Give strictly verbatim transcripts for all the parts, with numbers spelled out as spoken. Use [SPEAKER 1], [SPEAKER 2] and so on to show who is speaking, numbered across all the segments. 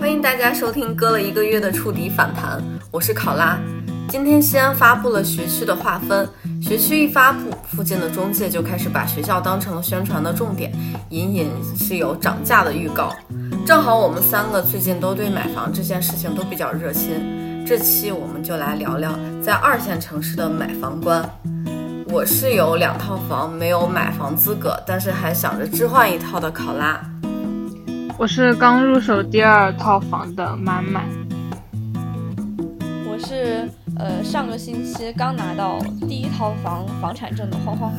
[SPEAKER 1] 欢迎大家收听隔了一个月的触底反弹，我是考拉。今天西安发布了学区的划分，学区一发布，附近的中介就开始把学校当成了宣传的重点，隐隐是有涨价的预告。正好我们三个最近都对买房这件事情都比较热心，这期我们就来聊聊在二线城市的买房观。我是有两套房，没有买房资格，但是还想着置换一套的考拉。
[SPEAKER 2] 我是刚入手第二套房的满满。
[SPEAKER 3] 我是呃上个星期刚拿到第一套房房产证的慌慌。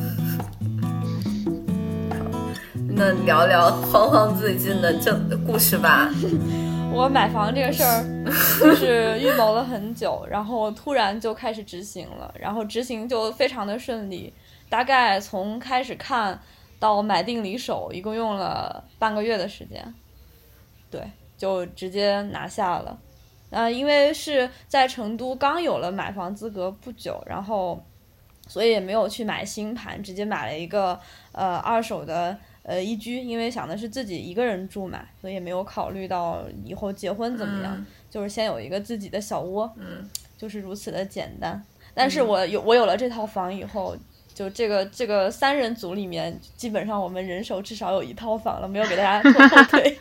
[SPEAKER 1] 那聊聊慌慌最近的正故事吧。
[SPEAKER 3] 我买房这个事儿就是预谋了很久，然后突然就开始执行了，然后执行就非常的顺利，大概从开始看到买定离手一共用了半个月的时间，对，就直接拿下了。呃，因为是在成都刚有了买房资格不久，然后所以也没有去买新盘，直接买了一个呃二手的呃一居，因为想的是自己一个人住嘛，所以也没有考虑到以后结婚怎么样，嗯、就是先有一个自己的小窝，
[SPEAKER 1] 嗯，
[SPEAKER 3] 就是如此的简单。但是我有我有了这套房以后，就这个这个三人组里面，基本上我们人手至少有一套房了，没有给大家拖后腿。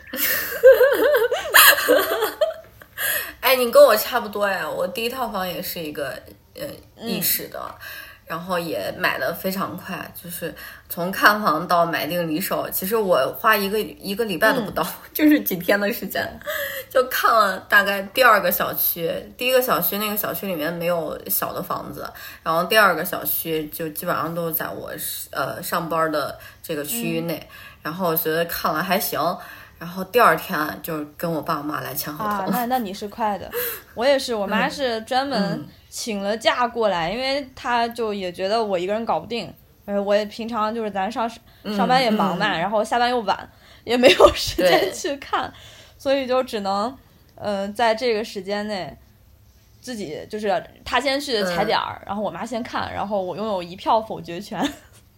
[SPEAKER 1] 哎，你跟我差不多呀，我第一套房也是一个呃一室的。嗯，然后也买得非常快，就是从看房到买定离手，其实我花一个一个礼拜都不到，嗯、就是几天的时间，就看了大概第二个小区，第一个小区那个小区里面没有小的房子，然后第二个小区就基本上都在我呃上班的这个区域内，嗯、然后我觉得看了还行。然后第二天就跟我爸我妈来签合同。
[SPEAKER 3] 啊，那那你是快的，我也是，我妈是专门请了假过来，嗯、因为她就也觉得我一个人搞不定，呃，我也平常就是咱上上班也忙嘛，嗯、然后下班又晚，也没有时间去看，所以就只能，呃，在这个时间内，自己就是她先去踩点儿，嗯、然后我妈先看，然后我拥有一票否决权。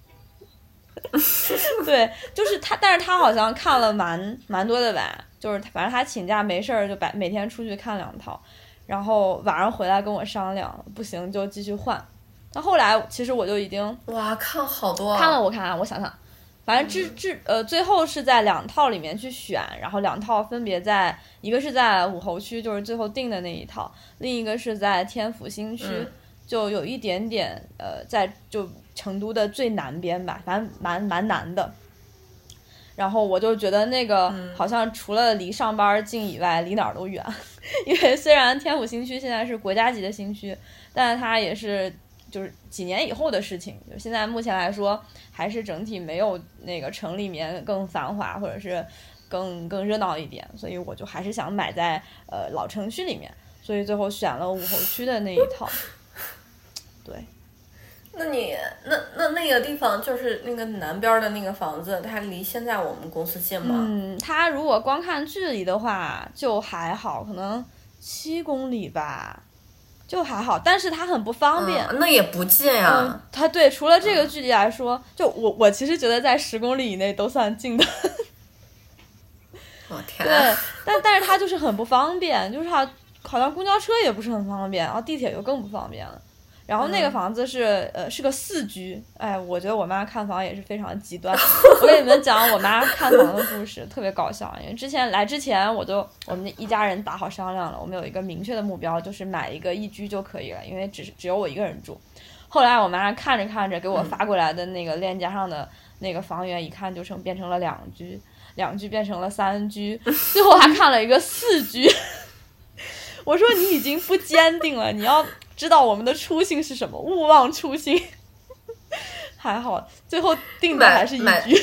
[SPEAKER 3] 对，就是他，但是他好像看了蛮蛮多的吧，就是反正他请假没事儿就白每天出去看两套，然后晚上回来跟我商量，不行就继续换。那后来其实我就已经
[SPEAKER 1] 哇看好多、啊，
[SPEAKER 3] 看了我看看我想想，反正至至呃最后是在两套里面去选，然后两套分别在一个是在武侯区，就是最后定的那一套，另一个是在天府新区。嗯，就有一点点呃，在就成都的最南边吧，反正蛮蛮难的。然后我就觉得那个好像除了离上班近以外，离哪儿都远。因为虽然天府新区现在是国家级的新区，但是它也是就是几年以后的事情。就现在目前来说，还是整体没有那个城里面更繁华，或者是更更热闹一点。所以我就还是想买在呃老城区里面，所以最后选了武侯区的那一套。对，
[SPEAKER 1] 那你那那那个地方就是那个南边的那个房子，它离现在我们公司近吗？
[SPEAKER 3] 嗯，它如果光看距离的话就还好，可能七公里吧，就还好，但是它很不方便。
[SPEAKER 1] 嗯、那也不近呀、啊
[SPEAKER 3] 嗯。它对，除了这个距离来说，嗯、就我我其实觉得在十公里以内都算近的。
[SPEAKER 1] 我、哦、天、啊。
[SPEAKER 3] 对，但但是它就是很不方便，就是它好像公交车也不是很方便，然后地铁就更不方便了。然后那个房子是、嗯、呃是个四居，哎，我觉得我妈看房也是非常极端。我给你们讲我妈看房的故事，特别搞笑。因为之前来之前，我就我们一家人打好商量了，我们有一个明确的目标，就是买一个一居就可以了，因为只是只有我一个人住。后来我妈看着看着给我发过来的那个链家上的那个房源，一看就成变成了两居，两居变成了三居，最后还看了一个四居。我说你已经不坚定了，你要知道我们的初心是什么，勿忘初心。还好最后定的还是一居。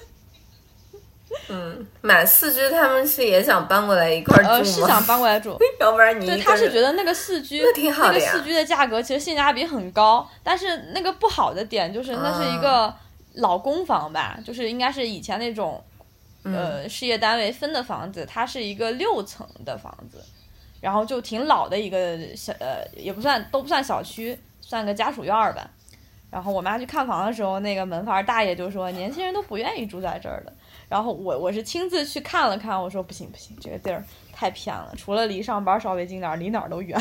[SPEAKER 1] 嗯，买四居他们是也想搬过来一块住吗？
[SPEAKER 3] 呃，是想搬过来住。
[SPEAKER 1] 要不然你
[SPEAKER 3] 对，他是觉得那个四居
[SPEAKER 1] 那挺好的呀，
[SPEAKER 3] 那个四居的价格其实性价比很高，但是那个不好的点就是那是一个老公房吧，嗯、就是应该是以前那种呃事业单位分的房子，它是一个六层的房子。然后就挺老的一个小呃，也不算都不算小区，算个家属院吧。然后我妈去看房的时候，那个门房大爷就说年轻人都不愿意住在这儿的。 然后我我是亲自去看了看，我说不行不行，这个地儿太偏了，除了离上班稍微近点，离哪儿都远。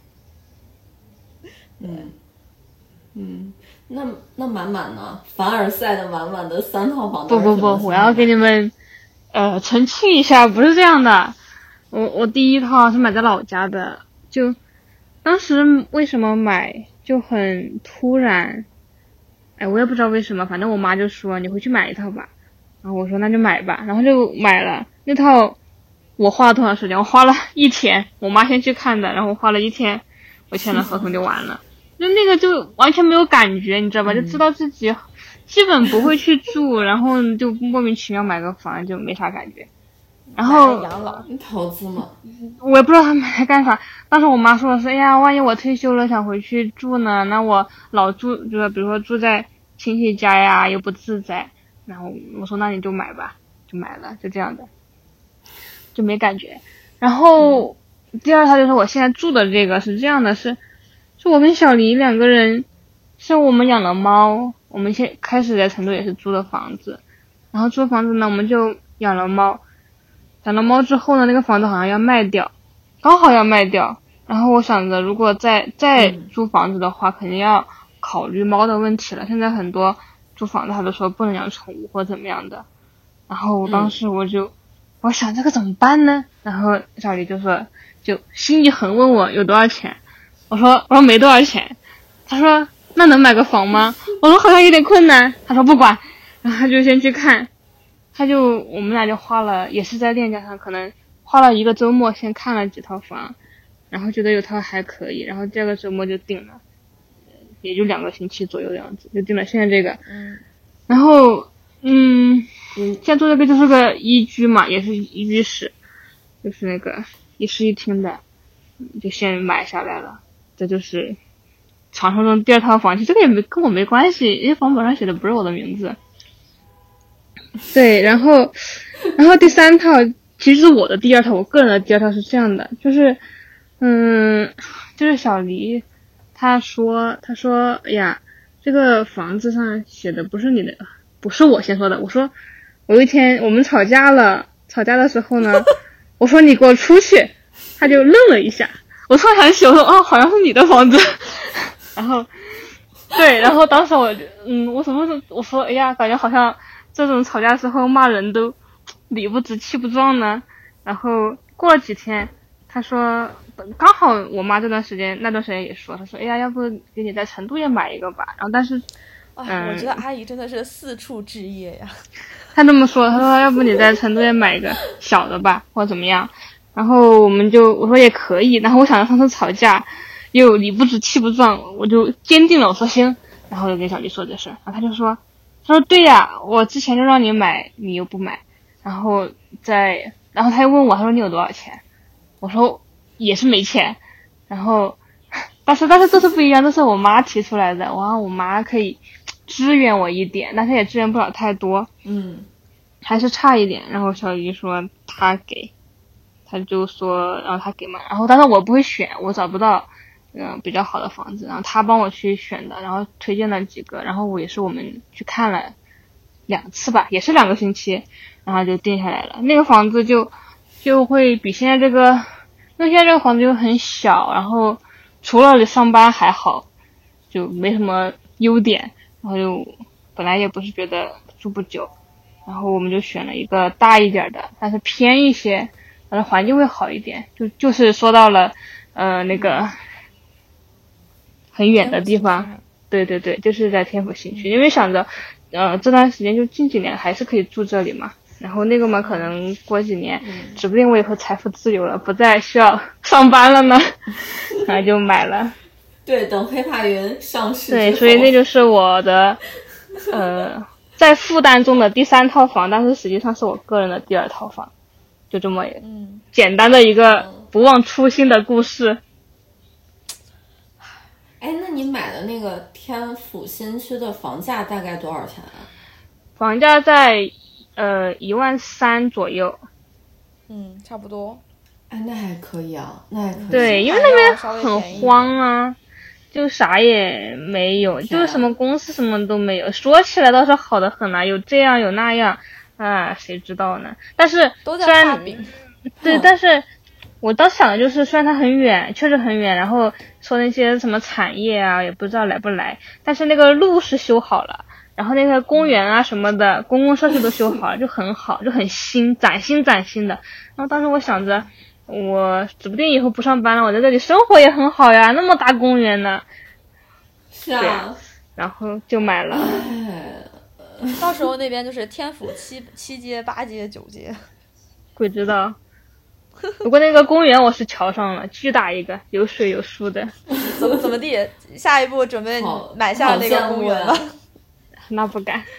[SPEAKER 1] 嗯嗯，那那满满呢？凡尔赛的满满的三套房。
[SPEAKER 2] 不不不，我要给你们呃澄清一下，不是这样的。我我第一套是买在老家的，就当时为什么买就很突然，哎，我也不知道为什么，反正我妈就说你回去买一套吧，然后我说那就买吧，然后就买了那套。我花了多长时间？我花了一天，我妈先去看的，然后我花了一天，我签了合同就完了。就那个就完全没有感觉，你知道吧？就知道自己基本不会去住，然后就莫名其妙买个房，就没啥感觉。然后
[SPEAKER 3] 养老
[SPEAKER 1] 投资嘛，
[SPEAKER 2] 我也不知道他买来干啥。当时我妈说的是，哎呀，万一我退休了想回去住呢，那我老住就是比如说住在亲戚家呀，又不自在。然后我说那你就买吧，就买了，就这样的，就没感觉。然后、嗯、第二套就是我现在住的这个是这样的，是是我跟小黎两个人，是我们养了猫，我们先开始在成都也是租的房子，然后租房子呢我们就养了猫。养了猫之后呢，那个房子好像要卖掉，刚好要卖掉。然后我想着，如果再再租房子的话，肯定要考虑猫的问题了。现在很多租房子他都说不能养宠物或怎么样的。然后当时我就，嗯、我想这个怎么办呢？然后小李就说，就心一横问我有多少钱。我说我说没多少钱。他说那能买个房吗？我说好像有点困难。他说不管，然后他就先去看。他就我们俩就花了，也是在链家上，可能花了一个周末先看了几套房，然后觉得有套还可以，然后第二个周末就定了，也就两个星期左右的样子就定了现在这个。
[SPEAKER 3] 嗯，
[SPEAKER 2] 然后嗯嗯，现在做这个就是个一居嘛，也是一居室，就是那个一室一厅的，就先买下来了。这就是传说中第二套房，其实这个也没跟我没关系，因为房本上写的不是我的名字。对，然后，然后第三套其实是我的第二套，我个人的第二套是这样的，就是，嗯，就是小黎，他说，他说，哎呀，这个房子上写的不是你的，不是我先说的，我说，我有一天我们吵架了，吵架的时候呢，我说你给我出去，他就愣了一下，我突然想起，我说，哦，好像是你的房子，然后，对，然后当时我，嗯，我什么时候我说，哎呀，感觉好像。这种吵架时候骂人都理不直气不壮呢。然后过了几天，他说刚好我妈这段时间那段时间也说，他说哎呀，要不给你在成都也买一个吧。然后但是，
[SPEAKER 3] 嗯，我觉得阿姨真的是四处置业呀。
[SPEAKER 2] 他这么说，他说要不你在成都也买一个小的吧，或者怎么样。然后我们就我说也可以。然后我想着上次吵架又理不直气不壮，我就坚定了，我说行。然后就跟小丽说这事，然后他就说。他说对呀，我之前就让你买，你又不买，然后再，然后他又问我，他说你有多少钱？我说也是没钱，然后，但是但是这是不一样，这是我妈提出来的，然后我妈可以支援我一点，但是也支援不了太多，
[SPEAKER 1] 嗯，
[SPEAKER 2] 还是差一点。然后小姨说他给，他就说让他给嘛，然后但是我不会选，我找不到。嗯，比较好的房子，然后他帮我去选的，然后推荐了几个，然后我也是我们去看了两次吧，也是两个星期，然后就定下来了。那个房子就就会比现在这个，那现在这个房子就很小，然后除了上班还好，就没什么优点，然后就本来也不是觉得住不久，然后我们就选了一个大一点的，但是偏一些，反正环境会好一点，就就是说到了呃那个。很远的地方，对对对，就是在天府新区，因为想着，呃，这段时间就近几年还是可以住这里嘛。然后那个嘛，可能过几年，嗯、指不定我以后财富自由了，不再需要上班了呢，然后就买了。
[SPEAKER 1] 对，等黑帕云上市。
[SPEAKER 2] 对，所以那就是我的，呃，在负担中的第三套房，但是实际上是我个人的第二套房，就这么简单的一个不忘初心的故事。
[SPEAKER 1] 哎，那你买的那个天府新区的房价大概多少钱啊？
[SPEAKER 2] 房价在呃一万三左右。
[SPEAKER 3] 嗯，差不多。
[SPEAKER 1] 哎，那还可以啊，那还可以。
[SPEAKER 2] 对，因为那边很荒啊，就啥也没有，就是什么公司什么都没有。说起来倒是好的很啊，有这样有那样， 啊，谁知道呢？但是
[SPEAKER 3] 都在
[SPEAKER 2] 虽然
[SPEAKER 3] 画饼。
[SPEAKER 2] 对，但是我当时想的就是，虽然它很远，确实很远，然后说那些什么产业啊，也不知道来不来，但是那个路是修好了，然后那个公园啊什么的，公共设施都修好了，就很好，就很新，崭新崭新的。然后当时我想着，我指不定以后不上班了，我在这里生活也很好呀，那么大公园呢。
[SPEAKER 1] 是啊，
[SPEAKER 2] 然后就买了。
[SPEAKER 3] 到时候那边就是天府七七街、八街、九街，
[SPEAKER 2] 鬼知道。不过那个公园我是瞧上了，巨大一个，有水有树的。
[SPEAKER 3] 怎么怎么地？下一步准备买下那个公园了？
[SPEAKER 2] 那不敢。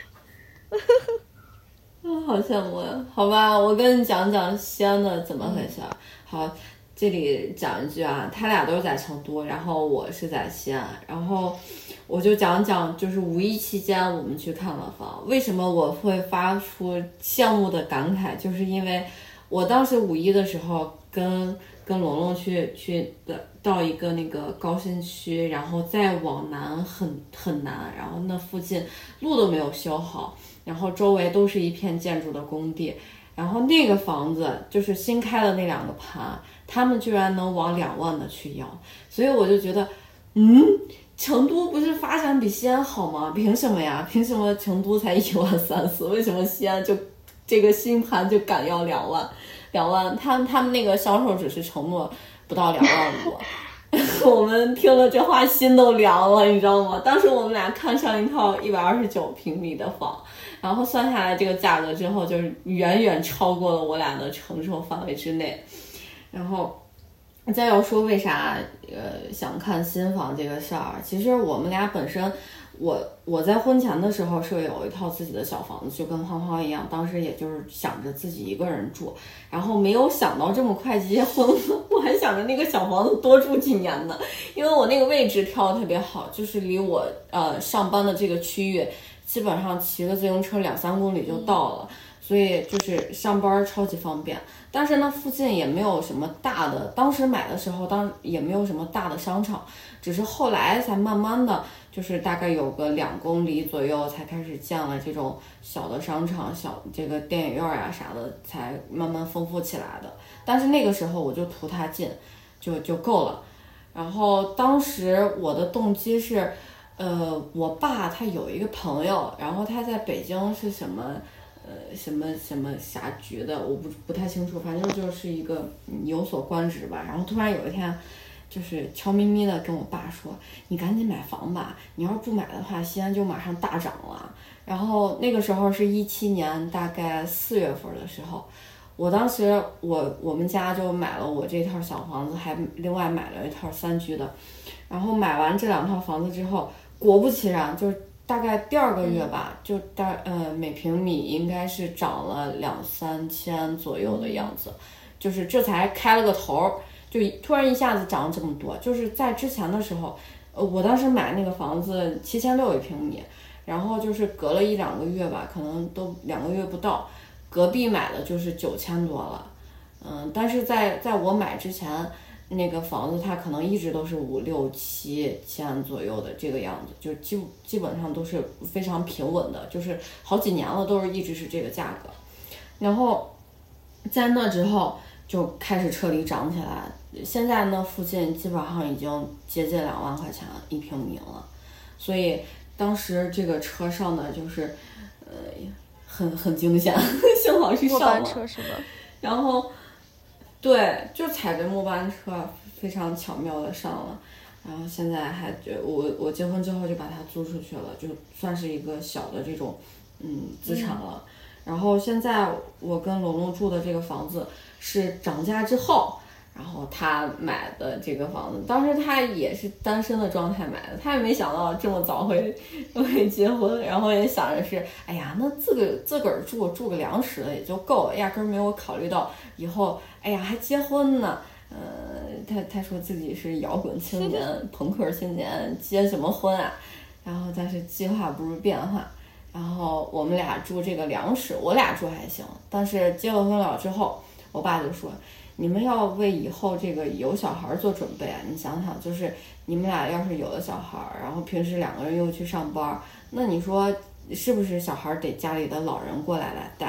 [SPEAKER 1] 嗯，好羡慕呀！好吧，我跟你讲讲西安的怎么回事。嗯、好，这里讲一句啊，他俩都是在成都，然后我是在西安，然后我就讲讲，就是五一期间我们去看了房。为什么我会发出羡慕的感慨？就是因为我当时五一的时候跟跟龙龙去去的到一个那个高新区，然后再往南很很南，然后那附近路都没有修好，然后周围都是一片建筑的工地，然后那个房子就是新开的那两个盘，他们居然能往两万的去要，所以我就觉得，嗯，成都不是发展比西安好吗？凭什么呀？凭什么成都才一万三四？为什么西安就这个新盘就敢要两万？两万，他们他们那个销售只是承诺不到两万五，我们听了这话心都凉了，你知道吗？当时我们俩看上一套一百二十九平米的房，然后算下来这个价格之后，就是远远超过了我俩的承受范围之内。然后再要说为啥呃想看新房这个事儿，其实我们俩本身。我我在婚前的时候是有一套自己的小房子，就跟芳芳一样，当时也就是想着自己一个人住，然后没有想到这么快结婚，我还想着那个小房子多住几年呢，因为我那个位置挑的特别好，就是离我呃上班的这个区域，基本上骑个自行车两三公里就到了，所以就是上班超级方便。但是呢，附近也没有什么大的，当时买的时候当也没有什么大的商场，只是后来才慢慢的就是大概有个两公里左右才开始建了这种小的商场，小这个电影院啊啥的才慢慢丰富起来的。但是那个时候我就图它近就就够了。然后当时我的动机是呃我爸他有一个朋友，然后他在北京是什么呃，什么什么啥局的，我不不太清楚，反正就是一个有所官职吧。然后突然有一天，就是悄咪咪的跟我爸说：“你赶紧买房吧，你要是不买的话，西安就马上大涨了。”然后那个时候是一七年大概四月份的时候，我当时我我们家就买了我这套小房子，还另外买了一套三居的。然后买完这两套房子之后，果不其然，就是。大概第二个月吧，嗯、就大呃每平米应该是涨了两三千左右的样子，就是这才开了个头，就突然一下子涨了这么多。就是在之前的时候，呃我当时买那个房子七千六一平米，然后就是隔了一两个月吧，可能都两个月不到，隔壁买的就是九千多了，嗯，但是在在我买之前。那个房子它可能一直都是五六七千左右的这个样子，就基基本上都是非常平稳的，就是好几年了都是一直是这个价格。然后在那之后就开始彻底涨起来，现在呢附近基本上已经接近两万块钱一平米了，所以当时这个车上的就是呃很很惊险，幸好是上了。末
[SPEAKER 3] 班车是吧？
[SPEAKER 1] 然后。对，就踩着末班车，非常巧妙的上了，然后现在还我我结婚之后就把它租出去了，就算是一个小的这种嗯资产了。嗯、然后现在我跟龙龙住的这个房子是涨价之后，然后他买的这个房子，当时他也是单身的状态买的，他也没想到这么早会会结婚，然后也想着是，哎呀，那自个自个儿住住个两室的也就够了，压根儿没有考虑到以后。哎呀，还结婚呢？呃，他他说自己是摇滚青年、朋克青年，结什么婚啊？然后但是计划不如变化，然后我们俩住这个两室，我俩住还行，但是结了婚了之后，我爸就说，你们要为以后这个有小孩做准备啊！你想想，就是你们俩要是有了小孩，然后平时两个人又去上班，那你说是不是小孩得家里的老人过来来带？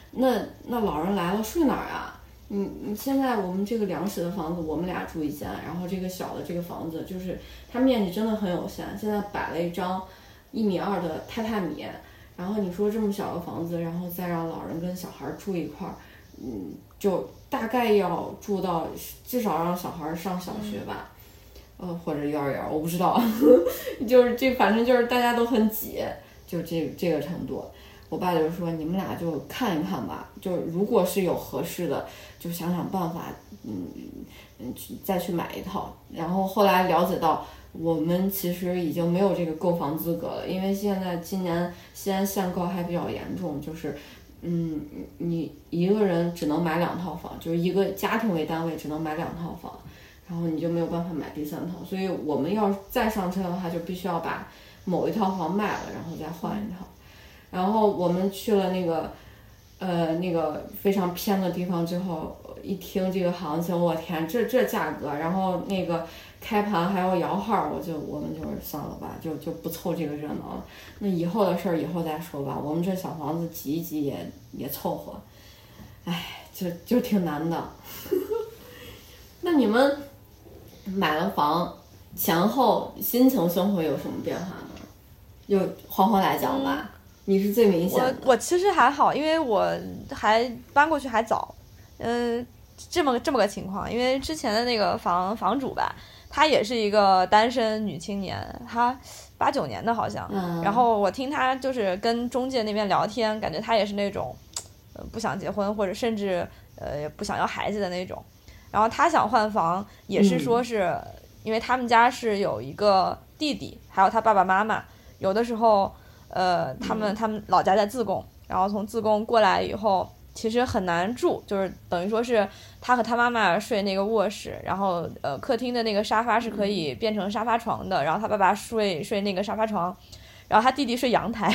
[SPEAKER 1] 那那老人来了睡哪儿啊？你你现在我们这个两室的房子，我们俩住一间，然后这个小的这个房子就是它面积真的很有限，现在摆了一张一米二的榻榻米，然后你说这么小个房子，然后再让老人跟小孩住一块儿，嗯，就大概要住到至少让小孩上小学吧，嗯、呃或者幼儿园，我不知道，就是这反正就是大家都很挤，就这这个程度。我爸就说你们俩就看一看吧，就如果是有合适的，就想想办法，嗯嗯，再去买一套。然后后来了解到，我们其实已经没有这个购房资格了，因为现在今年西安限购还比较严重，就是嗯，你一个人只能买两套房，就是一个家庭为单位只能买两套房，然后你就没有办法买第三套。所以我们要再上车的话，就必须要把某一套房卖了，然后再换一套。然后我们去了那个，呃，那个非常偏的地方之后，一听这个行情，我天，这这价格，然后那个开盘还要摇号，我就我们就是算了吧，就就不凑这个热闹了。那以后的事儿以后再说吧。我们这小房子挤一挤也也凑合，哎，就就挺难的。那你们买了房前后心情生活有什么变化吗？就黄黄来讲吧。嗯，你是最明显的。
[SPEAKER 3] 我我其实还好，因为我还搬过去还早，嗯，这么这么个情况。因为之前的那个房房主吧，她也是一个单身女青年，她八九年的好像。嗯。然后我听她就是跟中介那边聊天，感觉她也是那种，呃，不想结婚或者甚至呃不想要孩子的那种。然后她想换房，也是说是、嗯、因为他们家是有一个弟弟，还有他爸爸妈妈，有的时候。呃，他们他们老家在自贡，然后从自贡过来以后，其实很难住，就是等于说是他和他妈妈睡那个卧室，然后呃客厅的那个沙发是可以变成沙发床的，然后他爸爸睡睡那个沙发床，然后他弟弟睡阳台，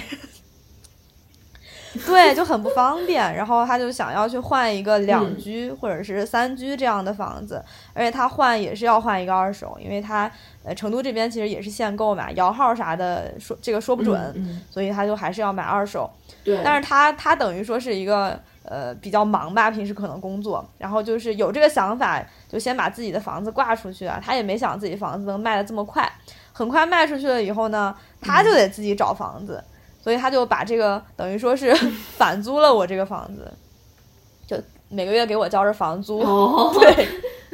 [SPEAKER 3] 对，就很不方便。然后他就想要去换一个两居或者是三居这样的房子，而且他换也是要换一个二手，因为他。呃，成都这边其实也是限购嘛，摇号啥的说这个说不准、嗯嗯，所以他就还是要买二手。
[SPEAKER 1] 对，
[SPEAKER 3] 但是他他等于说是一个呃比较忙吧，平时可能工作，然后就是有这个想法，就先把自己的房子挂出去啊。他也没想自己房子能卖得这么快，很快卖出去了以后呢，他就得自己找房子，嗯、所以他就把这个等于说是反租了我这个房子，就每个月给我交着房租。
[SPEAKER 1] 哦、
[SPEAKER 3] 对。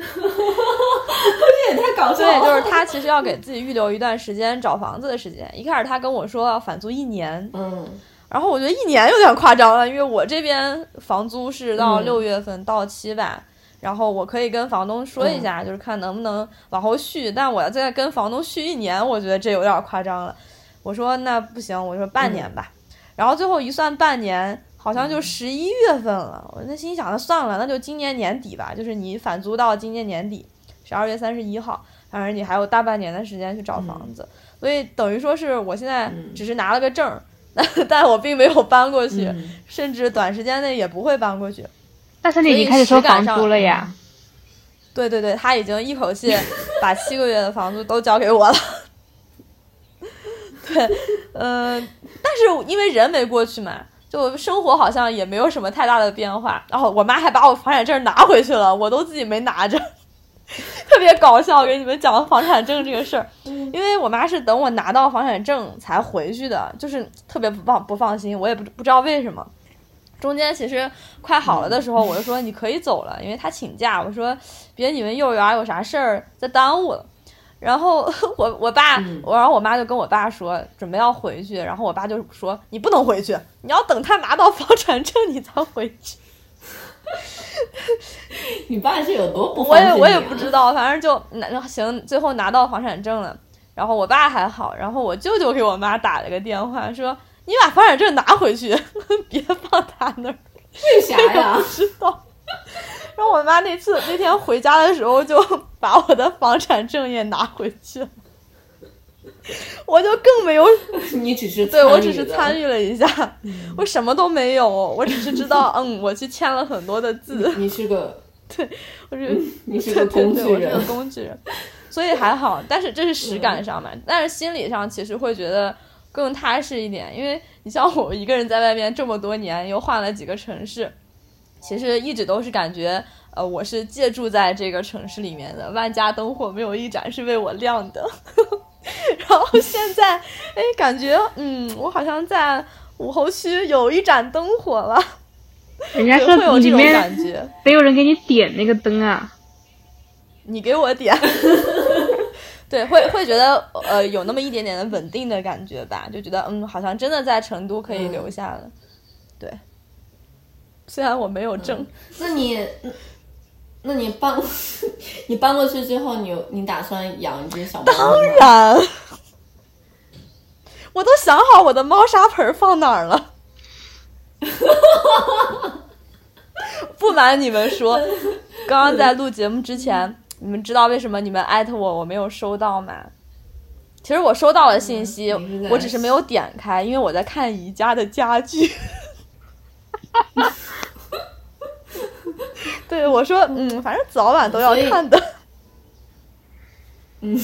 [SPEAKER 1] 这也太搞笑了。
[SPEAKER 3] 对，就是他其实要给自己预留一段时间找房子的时间。一开始他跟我说要返租一年，
[SPEAKER 1] 嗯，
[SPEAKER 3] 然后我觉得一年有点夸张了，因为我这边房租是到六月份到期吧、嗯，然后我可以跟房东说一下、嗯，就是看能不能往后续，但我要再跟房东续一年，我觉得这有点夸张了。我说那不行，我说半年吧，嗯、然后最后一算半年。好像就十一月份了，我那心想那算了，那就今年年底吧，就是你返租到今年年底，十二月三十一号，反正你还有大半年的时间去找房子，嗯、所以等于说是我现在只是拿了个证，嗯、但但我并没有搬过去、嗯，甚至短时间内也不会搬过去。
[SPEAKER 2] 但是你已经开始收房租了呀？
[SPEAKER 3] 对对对，他已经一口气把七个月的房租都交给我了。对，嗯、呃，但是因为人没过去嘛。就生活好像也没有什么太大的变化，然后我妈还把我房产证拿回去了，我都自己没拿着，特别搞笑。给你们讲房产证这个事儿，因为我妈是等我拿到房产证才回去的，就是特别不放不放心，我也不不知道为什么。中间其实快好了的时候，我就说你可以走了，因为她请假，我说别你们幼儿园有啥事儿再耽误了。然后我我爸，我然后我妈就跟我爸说准备要回去，然后我爸就说你不能回去，你要等他拿到房产证你才回去。
[SPEAKER 1] 你爸是有多不放心、啊、
[SPEAKER 3] 我也我也不知道，反正就拿行，最后拿到房产证了。然后我爸还好，然后我舅舅给我妈打了个电话说你把房产证拿回去，别放他那儿。
[SPEAKER 1] 为啥呀？
[SPEAKER 3] 不知道。然后我妈那次那天回家的时候就把我的房产证也拿回去了，我就更没有。
[SPEAKER 1] 你只是
[SPEAKER 3] 对我只是参与了一下、嗯，我什么都没有，我只是知道嗯，我去签了很多的字。
[SPEAKER 1] 你是个
[SPEAKER 3] 对，我是、
[SPEAKER 1] 嗯、你是个工具人，
[SPEAKER 3] 我是个工具人，所以还好。但是这是实感上嘛、嗯，但是心理上其实会觉得更踏实一点。因为你像我一个人在外面这么多年，又换了几个城市，其实一直都是感觉呃，我是借住在这个城市里面的，万家灯火没有一盏是为我亮的。然后现在哎，感觉嗯，我好像在武侯区有一盏灯火了，
[SPEAKER 2] 人家是
[SPEAKER 3] 会有这种
[SPEAKER 2] 里面
[SPEAKER 3] 感觉，
[SPEAKER 2] 得有人给你点那个灯啊。
[SPEAKER 3] 你给我点。对，会会觉得呃有那么一点点的稳定的感觉吧，就觉得嗯，好像真的在成都可以留下了。嗯、对，虽然我没有证。
[SPEAKER 1] 嗯、那你，那你搬，你搬过去之后，你你打算养一只小猫吗？
[SPEAKER 3] 当然，我都想好我的猫砂盆放哪儿了。不瞒你们说，刚刚在录节目之前，你们知道为什么你们艾特我我没有收到吗？其实我收到了信息，
[SPEAKER 1] 嗯、
[SPEAKER 3] 我只是没有点开，因为我在看宜家的家具。对，我说嗯，反正早晚都要看的。
[SPEAKER 1] 嗯，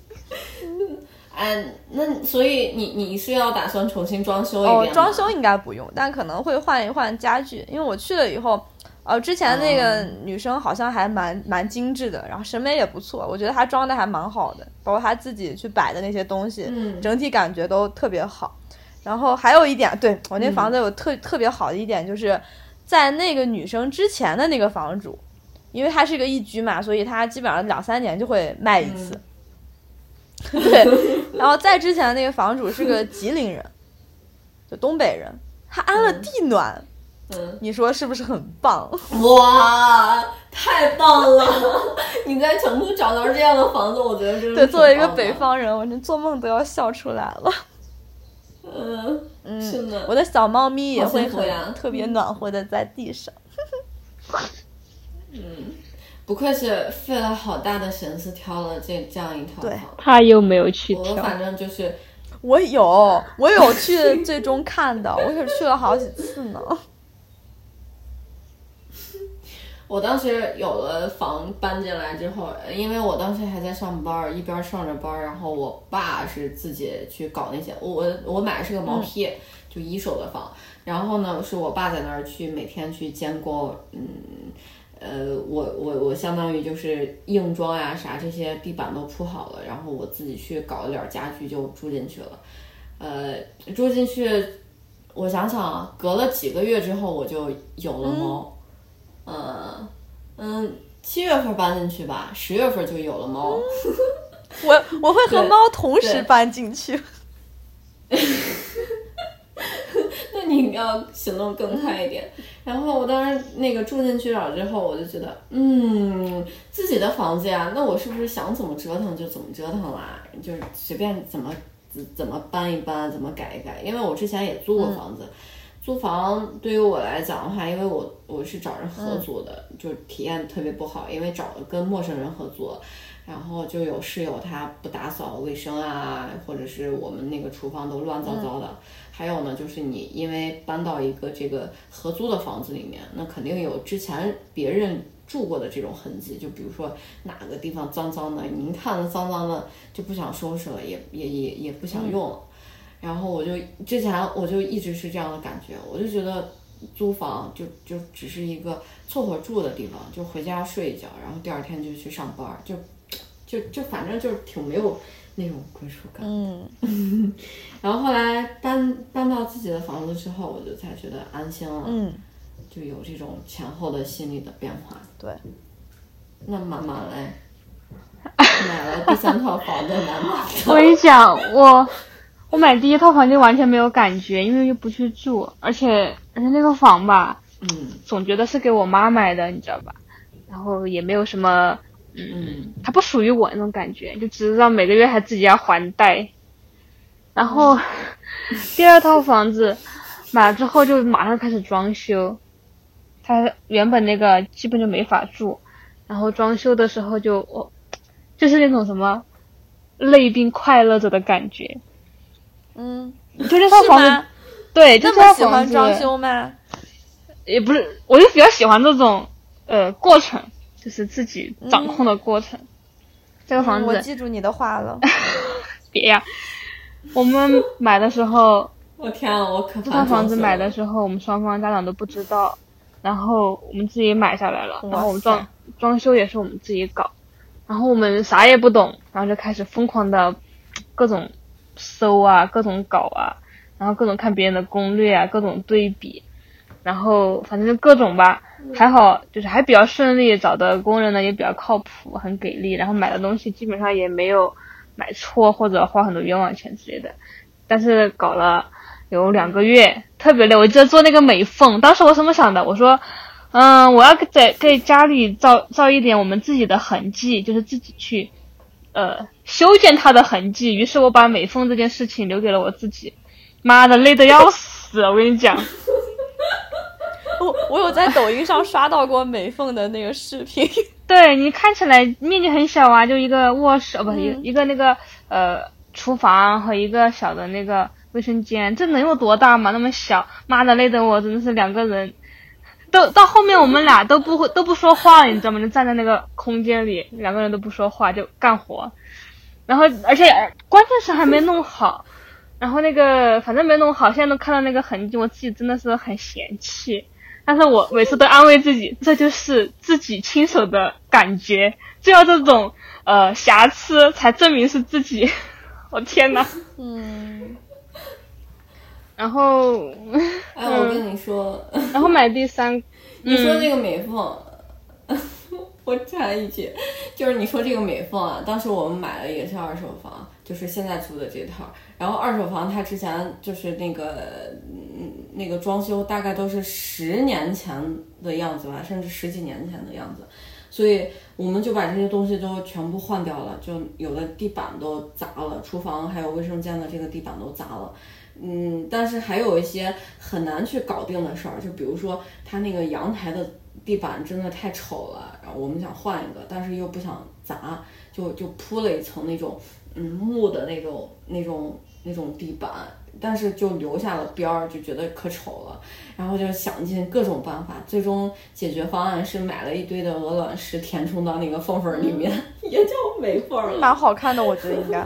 [SPEAKER 1] 哎，那所以你你是要打算重新装修一遍吗？
[SPEAKER 3] 哦，装修应该不用，但可能会换一换家具，因为我去了以后，呃，之前那个女生好像还蛮蛮精致的，然后审美也不错，我觉得她装的还蛮好的，包括她自己去摆的那些东西，
[SPEAKER 1] 嗯，
[SPEAKER 3] 整体感觉都特别好。然后还有一点，对，我那房子有特、嗯、特别好的一点，就是在那个女生之前的那个房主，因为她是个一居嘛，所以她基本上两三年就会卖一次。嗯、对，然后在之前的那个房主是个吉林人，就东北人，他安了地暖，
[SPEAKER 1] 嗯，
[SPEAKER 3] 你说是不是很棒？
[SPEAKER 1] 哇，太棒了！你在成都找到这样的房子，我觉得真是
[SPEAKER 3] 对，作为一个北方人，我真做梦都要笑出来了。
[SPEAKER 1] 嗯嗯，是的，
[SPEAKER 3] 我的小猫咪也会很、
[SPEAKER 1] 啊、
[SPEAKER 3] 特别暖和的在地上。
[SPEAKER 1] 嗯，不愧是费了好大的神思挑了这这样一套房。
[SPEAKER 2] 他又没有去挑，
[SPEAKER 1] 我反正就是
[SPEAKER 3] 我有，我有去最终看的，我可去了好几次呢。
[SPEAKER 1] 我当时有了房搬进来之后，因为我当时还在上班，一边上着班，然后我爸是自己去搞那些，我我买的是个毛坯、嗯，就一手的房，然后呢是我爸在那儿去每天去监工，嗯，呃，我我我相当于就是硬装呀啥这些地板都铺好了，然后我自己去搞了点家具就住进去了，呃，住进去，我想想，隔了几个月之后我就有了猫。嗯嗯嗯，七月份搬进去吧，十月份就有了猫。
[SPEAKER 3] 我我会和猫同时搬进去。
[SPEAKER 1] 那你要行动更快一点。然后我当时那个住进去了之后，我就觉得，嗯，自己的房子呀，那我是不是想怎么折腾就怎么折腾啦？就是随便怎么怎么搬一搬，怎么改一改。因为我之前也租过房子。嗯，租房对于我来讲的话，因为我我是找人合租的、嗯，就体验特别不好，因为找跟陌生人合租，然后就有室友他不打扫卫生啊，或者是我们那个厨房都乱糟糟的、嗯、还有呢就是你因为搬到一个这个合租的房子里面，那肯定有之前别人住过的这种痕迹，就比如说哪个地方脏脏的，你一看脏脏的就不想收拾了，也也也也不想用了、嗯，然后我就之前我就一直是这样的感觉，我就觉得租房就就只是一个凑合住的地方，就回家睡一觉，然后第二天就去上班，就就就反正就是挺没有那种归属感。嗯，然后后来搬搬到自己的房子之后，我就才觉得安心了。嗯，就有这种前后的心理的变化。
[SPEAKER 3] 对，
[SPEAKER 1] 那妈妈嘞，买了第三套房的妈妈。
[SPEAKER 2] 我跟你讲，我。我买第一套房就完全没有感觉，因为又不去住，而且而且那个房吧，
[SPEAKER 1] 嗯，
[SPEAKER 2] 总觉得是给我妈买的，你知道吧？然后也没有什么，嗯，它不属于我那种感觉，就只知道每个月还自己要还贷。然后、嗯、第二套房子买了之后就马上开始装修，它原本那个基本就没法住，然后装修的时候就哦，就是那种什么累并快乐着的感觉。
[SPEAKER 3] 嗯，
[SPEAKER 2] 就这套房子，对，就这套房子。
[SPEAKER 3] 那么喜欢装修吗？
[SPEAKER 2] 也不是，我就比较喜欢这种呃过程，就是自己掌控的过程。嗯、这个房子、
[SPEAKER 3] 嗯，我记住你的话了。
[SPEAKER 2] 别呀、啊， 我们买的时候，
[SPEAKER 1] 我天啊，我可
[SPEAKER 2] 这套房子买的时候，我们双方家长都不知道，然后我们自己买下来了，然后我们装装修也是我们自己搞，然后我们啥也不懂，然后就开始疯狂的各种搜啊，各种搞啊，然后各种看别人的攻略啊，各种对比，然后反正就各种吧，还好就是还比较顺利，找的工人呢也比较靠谱，很给力，然后买的东西基本上也没有买错或者花很多冤枉钱之类的。但是搞了有两个月，特别累。我记得做那个美缝，当时我什么想的？我说，嗯，我要在给家里造造一点我们自己的痕迹，就是自己去呃修建它的痕迹。于是我把美缝这件事情留给了我自己。妈的，累得要死！我跟你讲。
[SPEAKER 3] 我我有在抖音上刷到过美缝的那个视频。
[SPEAKER 2] 对，你看起来面积很小啊，就一个卧室，哦不，一、嗯、一个那个呃厨房和一个小的那个卫生间，这能有多大嘛？那么小，妈的，累得我真的是两个人，都到后面我们俩都不会都不说话了，你知道吗？就站在那个空间里，两个人都不说话就干活，然后而且关键是还没弄好，然后那个反正没弄好，现在都看到那个痕迹，我自己真的是很嫌弃。但是我每次都安慰自己，这就是自己亲手的感觉，只有这种呃瑕疵才证明是自己。我天哪！
[SPEAKER 3] 嗯。
[SPEAKER 2] 然后，
[SPEAKER 1] 哎，我跟你说，
[SPEAKER 2] 然后买第三，
[SPEAKER 1] 你说那个美缝，嗯、我插一句，就是你说这个美缝啊，当时我们买的也是二手房，就是现在租的这套。然后二手房它之前就是那个嗯那个装修大概都是十年前的样子吧，甚至十几年前的样子，所以我们就把这些东西都全部换掉了，就有的地板都砸了，厨房还有卫生间的这个地板都砸了。嗯，但是还有一些很难去搞定的事儿，就比如说它那个阳台的地板真的太丑了，然后我们想换一个，但是又不想砸，就就铺了一层那种嗯木的那种那种那种地板，但是就留下了边儿，就觉得可丑了，然后就想尽各种办法，最终解决方案是买了一堆的鹅卵石填充到那个缝缝里面，嗯、也叫美缝了，
[SPEAKER 3] 蛮好看的，我觉得应该。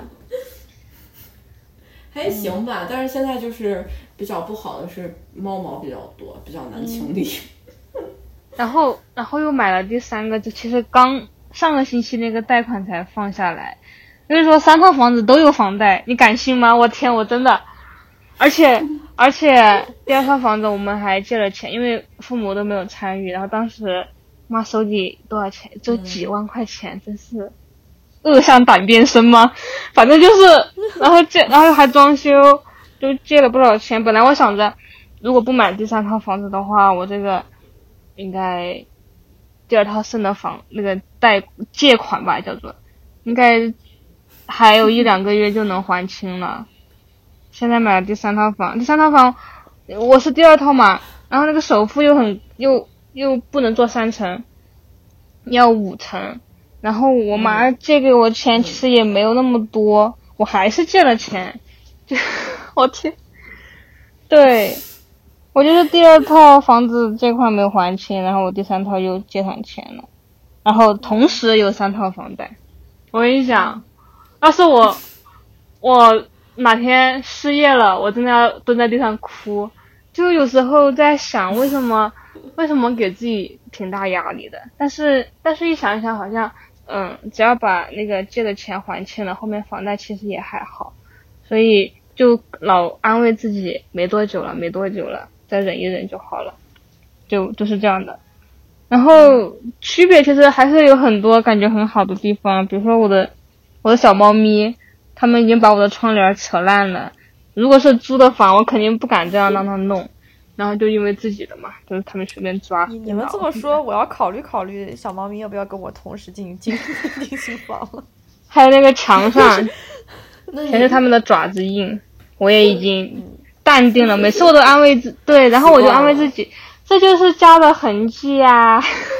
[SPEAKER 1] 还行吧，但是现在就是比较不好的是猫毛比较多，比较难清理。
[SPEAKER 2] 嗯、然后，然后又买了第三个，就其实刚上个星期那个贷款才放下来。所以说三套房子都有房贷，你敢信吗？我天，我真的，而且而且第二套房子我们还借了钱，因为父母都没有参与，然后当时妈手里多少钱？就几万块钱，真是。恶向胆边生吗？反正就是，然后借，然后还装修，就借了不少钱。本来我想着，如果不买第三套房子的话，我这个应该第二套剩的房那个贷借款吧，叫做，应该还有一两个月就能还清了。现在买了第三套房，第三套房我是第二套嘛，然后那个首付又很又又不能做三成，要五成。然后我妈借给我钱其实也没有那么多，嗯、我还是借了钱，就我天，对，我就是第二套房子这块没还清，然后我第三套又借上钱了，然后同时有三套房贷。我跟你讲，要是我我哪天失业了，我真的要蹲在地上哭，就有时候在想为什么为什么给自己挺大压力的，但是但是一想一想好像。嗯，只要把那个借的钱还清了，后面房贷其实也还好，所以就老安慰自己没多久了，没多久了，再忍一忍就好了，就就是这样的。然后区别其实还是有很多感觉很好的地方，比如说我的我的小猫咪，他们已经把我的窗帘扯烂了。如果是租的房，我肯定不敢这样让它弄。然后就因为自己的嘛，就是他们随便抓。
[SPEAKER 3] 你们这么说，我要考虑考虑小猫咪要不要跟我同时进进进新房了。
[SPEAKER 2] 还有那个墙上全是他们的爪子印，我也已经淡定了。每次我都安慰自对，然后我就安慰自己，这就是家的痕迹啊。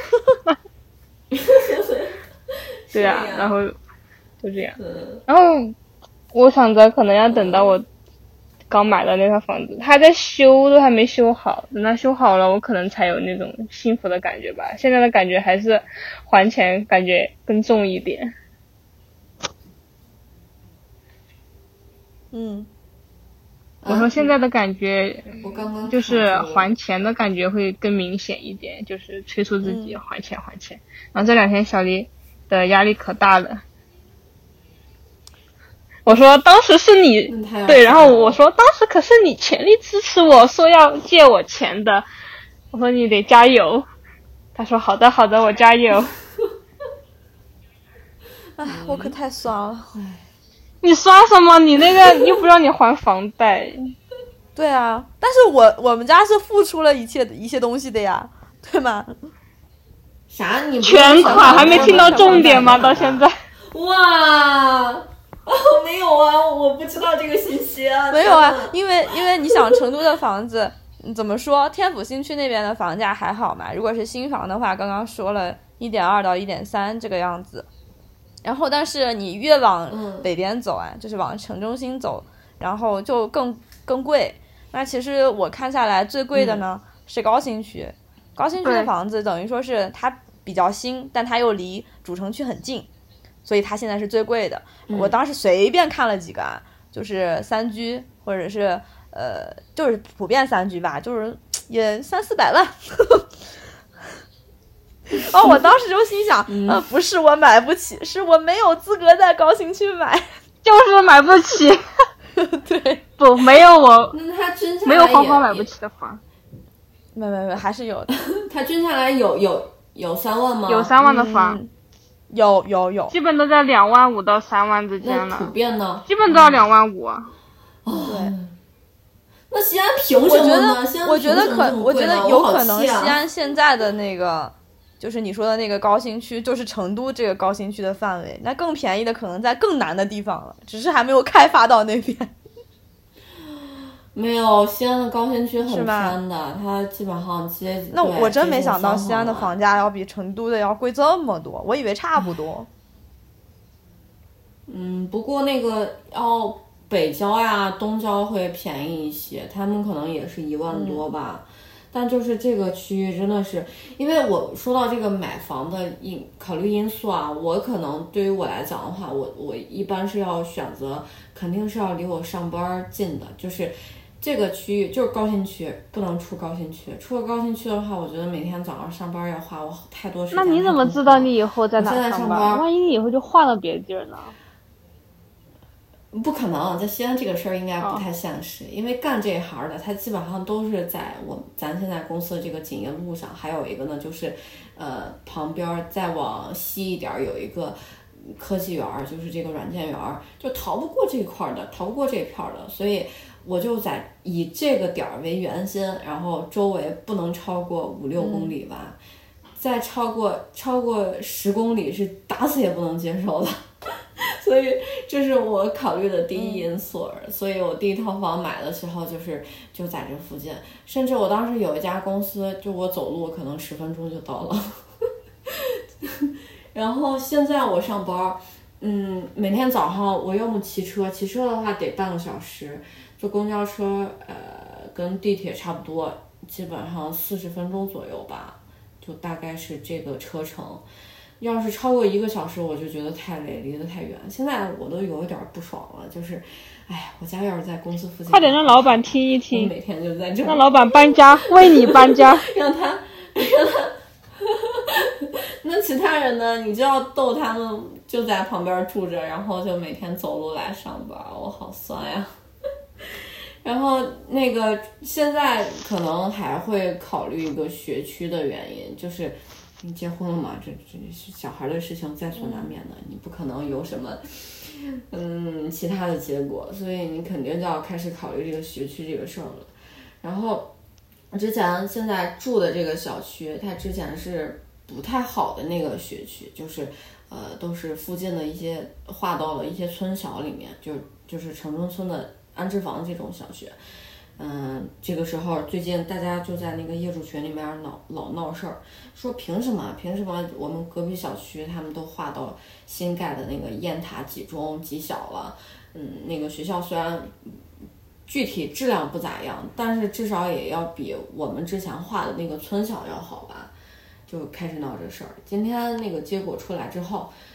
[SPEAKER 2] 对啊，然后就这样。然后我想着可能要等到我。刚买的那套房子，它还在修，都还没修好。等它修好了，我可能才有那种幸福的感觉吧。现在的感觉还是还钱感觉更重一点。
[SPEAKER 3] 嗯，
[SPEAKER 2] 我说现在的感觉，
[SPEAKER 1] 我刚刚
[SPEAKER 2] 就是还钱的感觉会更明显一点，就是催促自己还钱还钱。然后这两天小黎的压力可大了。我说当时是你对，然后我说当时可是你全力支持我说要借我钱的，我说你得加油。他说好的好的，我加油。
[SPEAKER 3] 哎，我可太酸了。
[SPEAKER 2] 你酸什么？你那个又不让你还房贷。
[SPEAKER 3] 对啊，但是我我们家是付出了一切一些东西的呀，对吗？
[SPEAKER 1] 啥？你
[SPEAKER 2] 全款还没听到重点吗？到现在。
[SPEAKER 1] 哇。哦，没有啊，我不知道这个信息啊。
[SPEAKER 3] 没有啊，因为因为你想成都的房子怎么说，天府新区那边的房价还好嘛，如果是新房的话，刚刚说了一点二到一点三这个样子。然后但是你越往北边走啊，嗯、就是往城中心走，然后就更更贵。那其实我看下来最贵的呢、嗯、是高新区，高新区的房子等于说是它比较新，但它又离主城区很近。所以它现在是最贵的。
[SPEAKER 1] 嗯、
[SPEAKER 3] 我当时随便看了几个啊，就是三居或者是呃，就是普遍三居吧，就是也三四百万。然后我当时就心想，
[SPEAKER 1] 嗯、
[SPEAKER 3] 呃，不是我买不起，是我没有资格在高新区买，
[SPEAKER 2] 就是买不起。
[SPEAKER 3] 对，
[SPEAKER 2] 不，没有我，
[SPEAKER 1] 那他均下来
[SPEAKER 2] 没有黄黄买不起的房。
[SPEAKER 3] 没没没，还是有的。
[SPEAKER 1] 他均下来有有有三万吗？
[SPEAKER 2] 有三万的房。
[SPEAKER 3] 嗯有有有，
[SPEAKER 2] 基本都在两万五到三万之间了。
[SPEAKER 1] 那普遍呢？
[SPEAKER 2] 基本都要两万五啊。
[SPEAKER 1] 哦，
[SPEAKER 3] 对。
[SPEAKER 1] 那西安凭什么呢？西安
[SPEAKER 3] 我觉得可，我觉得有可能西
[SPEAKER 1] 啊、
[SPEAKER 3] 安现在的那个，就是你说的那个高新区，就是成都这个高新区的范围。那更便宜的可能在更南的地方了，只是还没有开发到那边。
[SPEAKER 1] 没有，西安的高新区很偏的，它基本上接近。
[SPEAKER 3] 那我真没想到西安的房价要比成都的要贵这么多，我以为差不多。
[SPEAKER 1] 嗯，不过那个要北郊呀、东郊会便宜一些，他们可能也是一万多吧。嗯、但就是这个区域真的是，因为我说到这个买房的因考虑因素啊，我可能对于我来讲的话，我我一般是要选择，肯定是要离我上班近的，就是。这个区域就是高新区，不能出高新区。出了高新区的话，我觉得每天早上上班要花我太多时间。
[SPEAKER 2] 那你怎么知道你以后在哪
[SPEAKER 1] 上班？
[SPEAKER 2] 上班？万一你以后就换了别的地儿呢？
[SPEAKER 1] 不可能，在西安这个事儿应该不太现实，哦、因为干这一行的，他基本上都是在我咱现在公司的这个锦业路上。还有一个呢，就是呃旁边再往西一点有一个科技园，就是这个软件园，就逃不过这一块的，逃不过这一片的，所以。我就在以这个点儿为圆心，然后周围不能超过五六公里吧，嗯、再超过超过十公里是打死也不能接受的，所以这是我考虑的第一因素。嗯、所以我第一套房买的时候就是就在这附近，甚至我当时有一家公司，就我走路可能十分钟就到了。然后现在我上班，嗯，每天早上我要么骑车，骑车的话得半个小时。坐公交车，呃，跟地铁差不多，基本上四十分钟左右吧，就大概是这个车程。要是超过一个小时，我就觉得太累，离得太远。现在我都有一点不爽了，就是，哎，我家要是在公司附近，
[SPEAKER 2] 快点让老板听一听，
[SPEAKER 1] 每天就在这儿，
[SPEAKER 2] 让老板搬家，为你搬家，
[SPEAKER 1] 让他，让他。那其他人呢？你就要逗他们，就在旁边住着，然后就每天走路来上班，我好酸呀。然后那个现在可能还会考虑一个学区的原因，就是你结婚了嘛，这这小孩的事情在所难免的，你不可能有什么嗯其他的结果，所以你肯定就要开始考虑这个学区这个事儿了。然后之前现在住的这个小区，它之前是不太好的那个学区，就是呃都是附近的一些划到了一些村小里面，就就是城中村的安置房这种小学。嗯，这个时候最近大家就在那个业主群里面老老闹事儿，说凭什么凭什么我们隔壁小区他们都划到新盖的那个雁塔几中几小了，嗯，那个学校虽然具体质量不咋样，但是至少也要比我们之前划的那个村小要好吧，就开始闹这事儿。今天那个结果出来之后，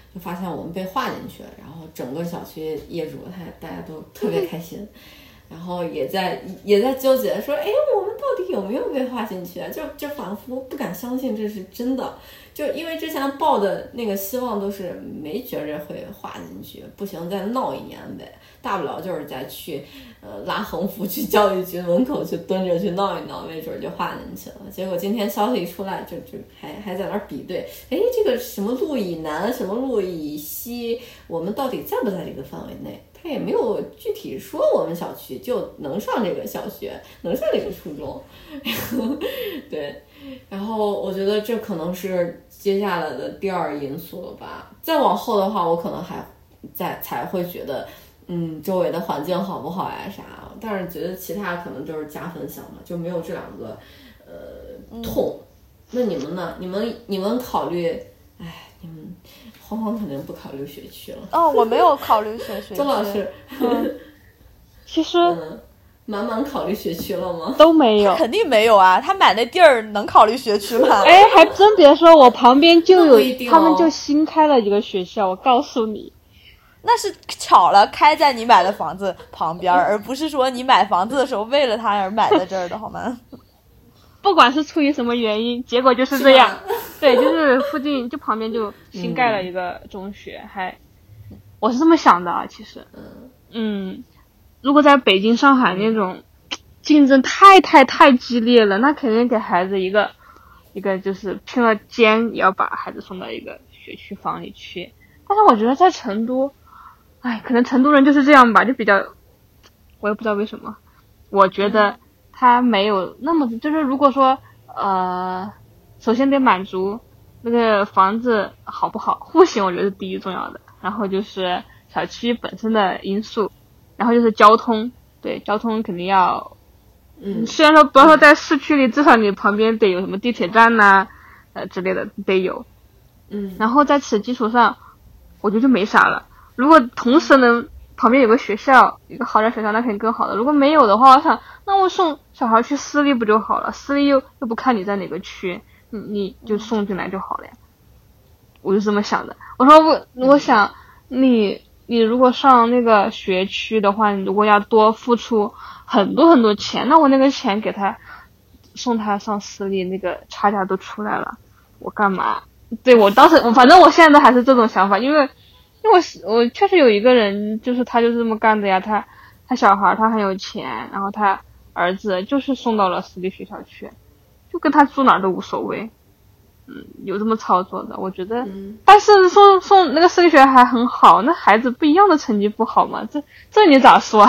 [SPEAKER 1] 就发现我们被划进去了，然后整个小区业主他大家都特别开心。然后也在也在纠结说，哎，我们到底有没有被划进去啊？就就仿佛不敢相信这是真的，就因为之前抱的那个希望都是没觉着会划进去，不行再闹一年呗，大不了就是再去呃拉横幅去教育局门口去蹲着去闹一闹，没准就划进去了。结果今天消息一出来，就就还还在那儿比对，哎，这个什么路以南，什么路以西，我们到底在不在这个范围内？他也没有具体说我们小区就能上这个小学，能上这个初中。对，然后我觉得这可能是接下来的第二因素了吧。再往后的话，我可能还再才会觉得，嗯，周围的环境好不好呀啥。但是觉得其他可能就是加分项嘛，就没有这两个呃痛。嗯、那你们呢？你们你们考虑，哎，你们。黄黄肯定不考虑学区了。
[SPEAKER 3] 哦，我没有考虑学区。
[SPEAKER 1] 周老师，
[SPEAKER 2] 嗯、其实、
[SPEAKER 1] 嗯、满满考虑学区了吗？
[SPEAKER 2] 都没有，
[SPEAKER 3] 肯定没有啊！他买那地儿能考虑学区吗？
[SPEAKER 2] 哎，还真别说，我旁边就有，
[SPEAKER 1] 哦、
[SPEAKER 2] 他们就新开了一个学校，我告诉你，
[SPEAKER 3] 那是巧了，开在你买的房子旁边，而不是说你买房子的时候为了它而买在这儿的，好吗？
[SPEAKER 2] 不管是出于什么原因，结果就是这样。对，就是附近就旁边就新盖了一个中学，嗯、还我是这么想的啊，其实，嗯，如果在北京、上海那种竞争太太太激烈了，那肯定给孩子一个一个就是拼了肩也要把孩子送到一个学区房里去。但是我觉得在成都，哎，可能成都人就是这样吧，就比较，我也不知道为什么，我觉得。他没有那么，就是如果说呃，首先得满足那个房子好不好，户型我觉得是第一重要的，然后就是小区本身的因素，然后就是交通，对，交通肯定要，
[SPEAKER 1] 嗯，
[SPEAKER 2] 虽然说不要说在市区里，至少你旁边得有什么地铁站呐、啊，呃之类的得有，
[SPEAKER 1] 嗯，
[SPEAKER 2] 然后在此基础上，我觉得就没啥了。如果同时能旁边有个学校，一个好点学校，那肯定更好的。如果没有的话，我想，那我送小孩去私立不就好了？私立又又不看你在哪个区，你你就送进来就好了呀。我就这么想的。我说我我想你你如果上那个学区的话，你如果要多付出很多很多钱，那我那个钱给他送他上私立，那个差价都出来了，我干嘛？对，我当时我反正我现在还是这种想法，因为。因为我我确实有一个人，就是他就是这么干的呀，他他小孩他很有钱，然后他儿子就是送到了私立学校去，就跟他住哪儿都无所谓，嗯，有这么操作的，我觉得，
[SPEAKER 1] 嗯、
[SPEAKER 2] 但是送送那个私立学校还很好，那孩子不一样的成绩不好吗？这这你咋说？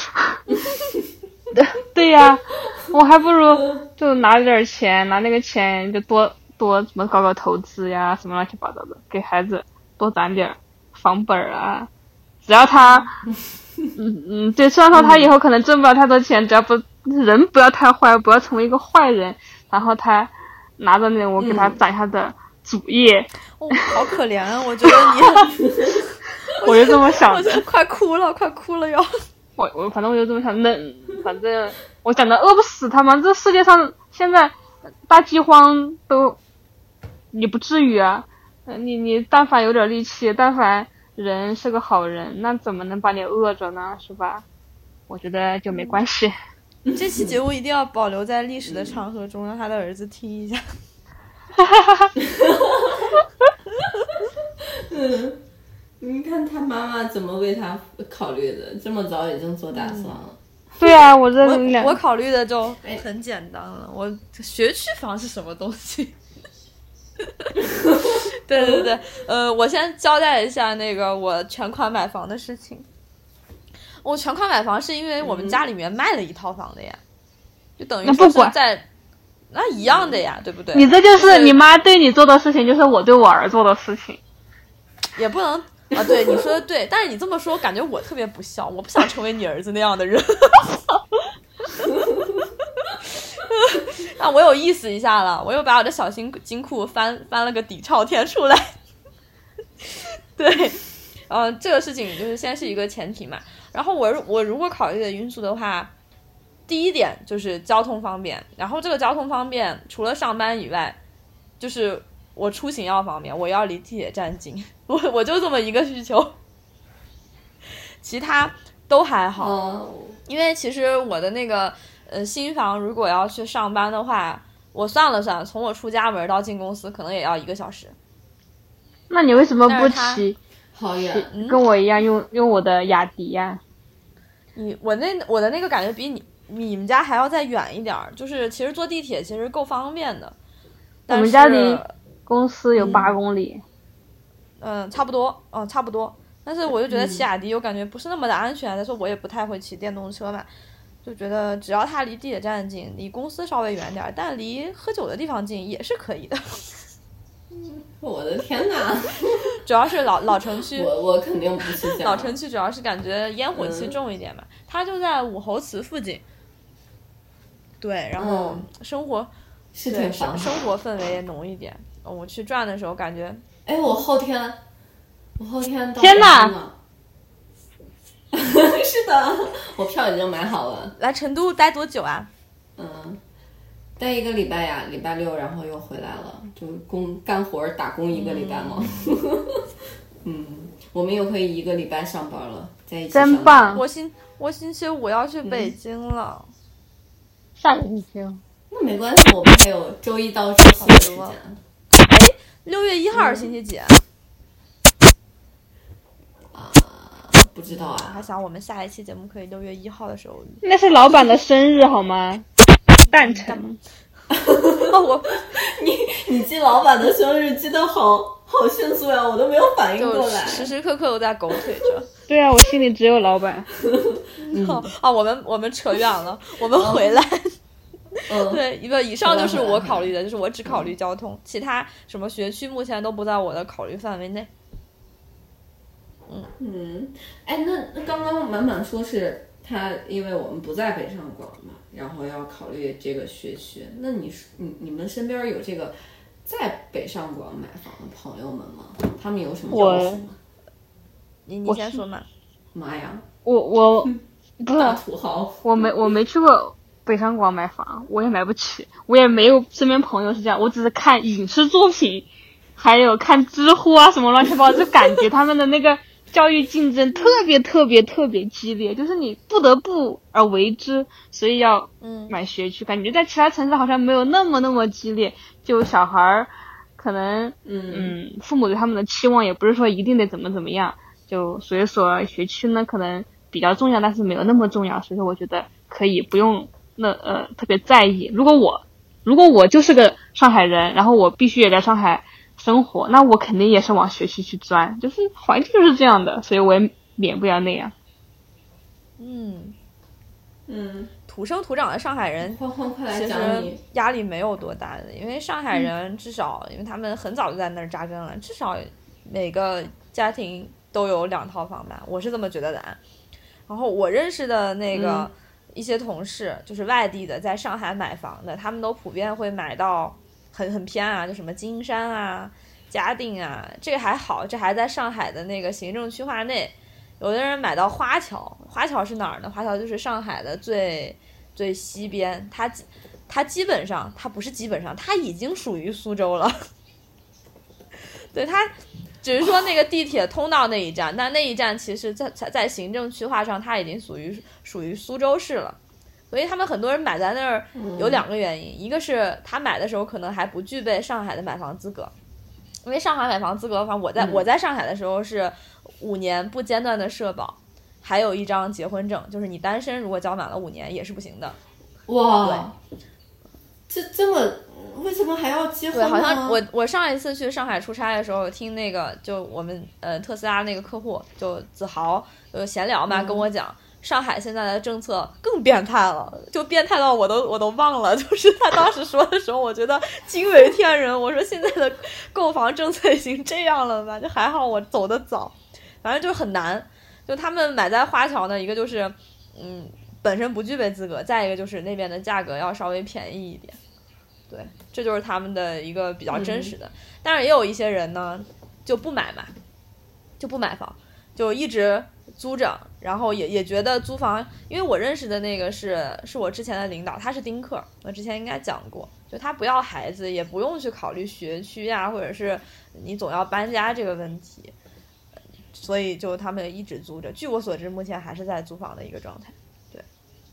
[SPEAKER 2] 对对呀，我还不如就拿点钱，拿那个钱就多多什么搞搞投资呀，什么乱七八糟的，给孩子多攒点房本啊，只要他，嗯嗯，对，虽然说他以后可能挣不了太多钱，只要不人不要太坏，不要成为一个坏人，然后他拿着那我给他攒下的主业，
[SPEAKER 3] 嗯、哦，好可怜啊！我觉得你，
[SPEAKER 2] 我就这么想的，
[SPEAKER 3] 我就快哭了，快哭了要。
[SPEAKER 2] 我我反正我就这么想，那反正我想的饿不死他们，这世界上现在大饥荒都也不至于啊。你你但凡有点力气，但凡人是个好人，那怎么能把你饿着呢？是吧？我觉得就没关系。
[SPEAKER 3] 这期节目一定要保留在历史的长河中，让他的儿子听一下。
[SPEAKER 1] 嗯，你看他妈妈怎么为他考虑的，这么早已经做打算了。
[SPEAKER 2] 嗯、对啊，我这
[SPEAKER 3] 我我考虑的就很简单了，我学区房是什么东西？对对对，呃，我先交代一下那个我全款买房的事情。我全款买房是因为我们家里面卖了一套房的呀，就等于说是在那一样的呀，对不对？
[SPEAKER 2] 你这就是你妈对你做的事情，就是我对我儿做的事情。
[SPEAKER 3] 也不能啊，对你说的对，但是你这么说，感觉我特别不孝，我不想成为你儿子那样的人。那我有意思一下了，我又把我的小金金库翻翻了个底朝天出来。对，呃，这个事情就是先是一个前提嘛。然后我我如果考虑的因素的话，第一点就是交通方便。然后这个交通方便，除了上班以外，就是我出行要方便，我要离地铁站近，我我就这么一个需求，其他都还好。
[SPEAKER 1] 哦，
[SPEAKER 3] 因为其实我的那个呃新房，如果要去上班的话，我算了算，从我出家门到进公司可能也要一个小时。
[SPEAKER 2] 那你为什么不
[SPEAKER 3] 但是它
[SPEAKER 2] 骑？
[SPEAKER 1] 好远。
[SPEAKER 2] 骑跟我一样用用我的雅迪呀、
[SPEAKER 3] 你我那我的那个感觉比你你们家还要再远一点儿，就是其实坐地铁其实够方便的。
[SPEAKER 2] 我们家离公司有八公里。
[SPEAKER 3] 嗯，差不多，嗯，差不多。但是我就觉得骑雅迪，我感觉不是那么的安全。再说我也不太会骑电动车嘛，就觉得只要它离地铁站近，离公司稍微远点儿，但离喝酒的地方近也是可以的。
[SPEAKER 1] 我的天哪！
[SPEAKER 3] 主要是老老城区，
[SPEAKER 1] 我我肯定不是这样。
[SPEAKER 3] 老城区主要是感觉烟火气重一点嘛，嗯、它就在武侯祠附近。对，然后生活、嗯、
[SPEAKER 1] 是挺
[SPEAKER 3] 生生活氛围也浓一点。我去转的时候感觉，
[SPEAKER 1] 哎，我后天，我后天到
[SPEAKER 2] 天哪！
[SPEAKER 1] 是的，我票已经买好了。
[SPEAKER 3] 来成都待多久啊？
[SPEAKER 1] 嗯。待一个礼拜呀，礼拜六然后又回来了，就工干活打工一个礼拜嘛。嗯, 嗯，我们又可以一个礼拜上班了，在一起上班。
[SPEAKER 2] 真棒！
[SPEAKER 3] 我星我星期五要去北京了。嗯、
[SPEAKER 2] 下个星期。
[SPEAKER 1] 那没关系，我们还有周一到周四的时间。
[SPEAKER 3] 哎，六月一号是星期几？
[SPEAKER 1] 啊、嗯，不知道啊。
[SPEAKER 3] 我还想我们下一期节目可以六月一号的时候。
[SPEAKER 2] 那是老板的生日好吗？诞辰。
[SPEAKER 3] 哦，我
[SPEAKER 1] 你你记老板的生日记得好好迅速呀，我都没有反应过来，
[SPEAKER 3] 时时刻刻都在狗腿着。
[SPEAKER 2] 对啊，我心里只有老板。
[SPEAKER 3] 嗯、哦，啊，我们我们扯远了，我们回来。
[SPEAKER 1] 嗯，
[SPEAKER 3] 对，一个以上就是我考虑的，就是我只考虑交通，嗯、其他什么学区目前都不在我的考虑范围内。
[SPEAKER 1] 嗯嗯，哎，那那刚刚满满说是他，因为我们不在北上广嘛。然后要考虑这个学区，那你你你们身边有这个在北上广买房的朋友们吗？他们有什么要求吗？
[SPEAKER 3] 你你先说嘛。
[SPEAKER 1] 妈呀！
[SPEAKER 2] 我我不是
[SPEAKER 1] 大土豪，
[SPEAKER 2] 我没我没去过北上广买房，我也买不起，我也没有身边朋友是这样，我只是看影视作品，还有看知乎啊什么乱七八糟，就感觉他们的那个教育竞争特别特别特别激烈，就是你不得不而为之，所以要买学区。嗯、感觉在其他城市好像没有那么那么激烈，就小孩儿可能嗯嗯，父母对他们的期望也不是说一定得怎么怎么样，就所以说学区呢可能比较重要，但是没有那么重要，所以说我觉得可以不用那呃特别在意。如果我如果我就是个上海人，然后我必须也在上海生活，那我肯定也是往学区去钻，就是环境就是这样的，所以我也免不了那样。
[SPEAKER 3] 嗯
[SPEAKER 1] 嗯，
[SPEAKER 3] 土生土长的上海人，
[SPEAKER 1] 欢欢快来
[SPEAKER 3] 其
[SPEAKER 1] 讲你
[SPEAKER 3] 实压力没有多大的，因为上海人至少，嗯、因为他们很早就在那儿扎根了，至少每个家庭都有两套房吧，我是这么觉得的。然后我认识的那个。嗯一些同事就是外地的，在上海买房的，他们都普遍会买到很很偏啊，就什么金山啊、嘉定啊，这个还好，这还在上海的那个行政区划内。有的人买到花桥，花桥是哪儿呢？花桥就是上海的最最西边，它它基本上，它不是基本上，它已经属于苏州了。对，它只是说那个地铁通到那一站，但那一站其实在在在行政区划上，它已经属于属于苏州市了。所以他们很多人买在那儿有两个原因，嗯、一个是他买的时候可能还不具备上海的买房资格，因为上海买房资格，反正我在、嗯、我在上海的时候是五年不间断的社保，还有一张结婚证，就是你单身如果交满了五年也是不行的。
[SPEAKER 1] 哇，对，这这么。为什么还要结婚呢？
[SPEAKER 3] 对，好像我我上一次去上海出差的时候，听那个就我们呃特斯拉那个客户就子豪就闲聊嘛，嗯、跟我讲上海现在的政策更变态了，就变态到我都我都忘了，就是他当时说的时候，我觉得惊为天人。我说现在的购房政策已经这样了吧？就还好我走得早，反正就很难。就他们买在花桥呢，一个就是嗯本身不具备资格，再一个就是那边的价格要稍微便宜一点。对，这就是他们的一个比较真实的，嗯、但是也有一些人呢就不买嘛，就不买房，就一直租着，然后也也觉得租房，因为我认识的那个是是我之前的领导，他是丁克，我之前应该讲过，就他不要孩子，也不用去考虑学区呀，或者是你总要搬家这个问题，所以就他们一直租着。据我所知，目前还是在租房的一个状态。对，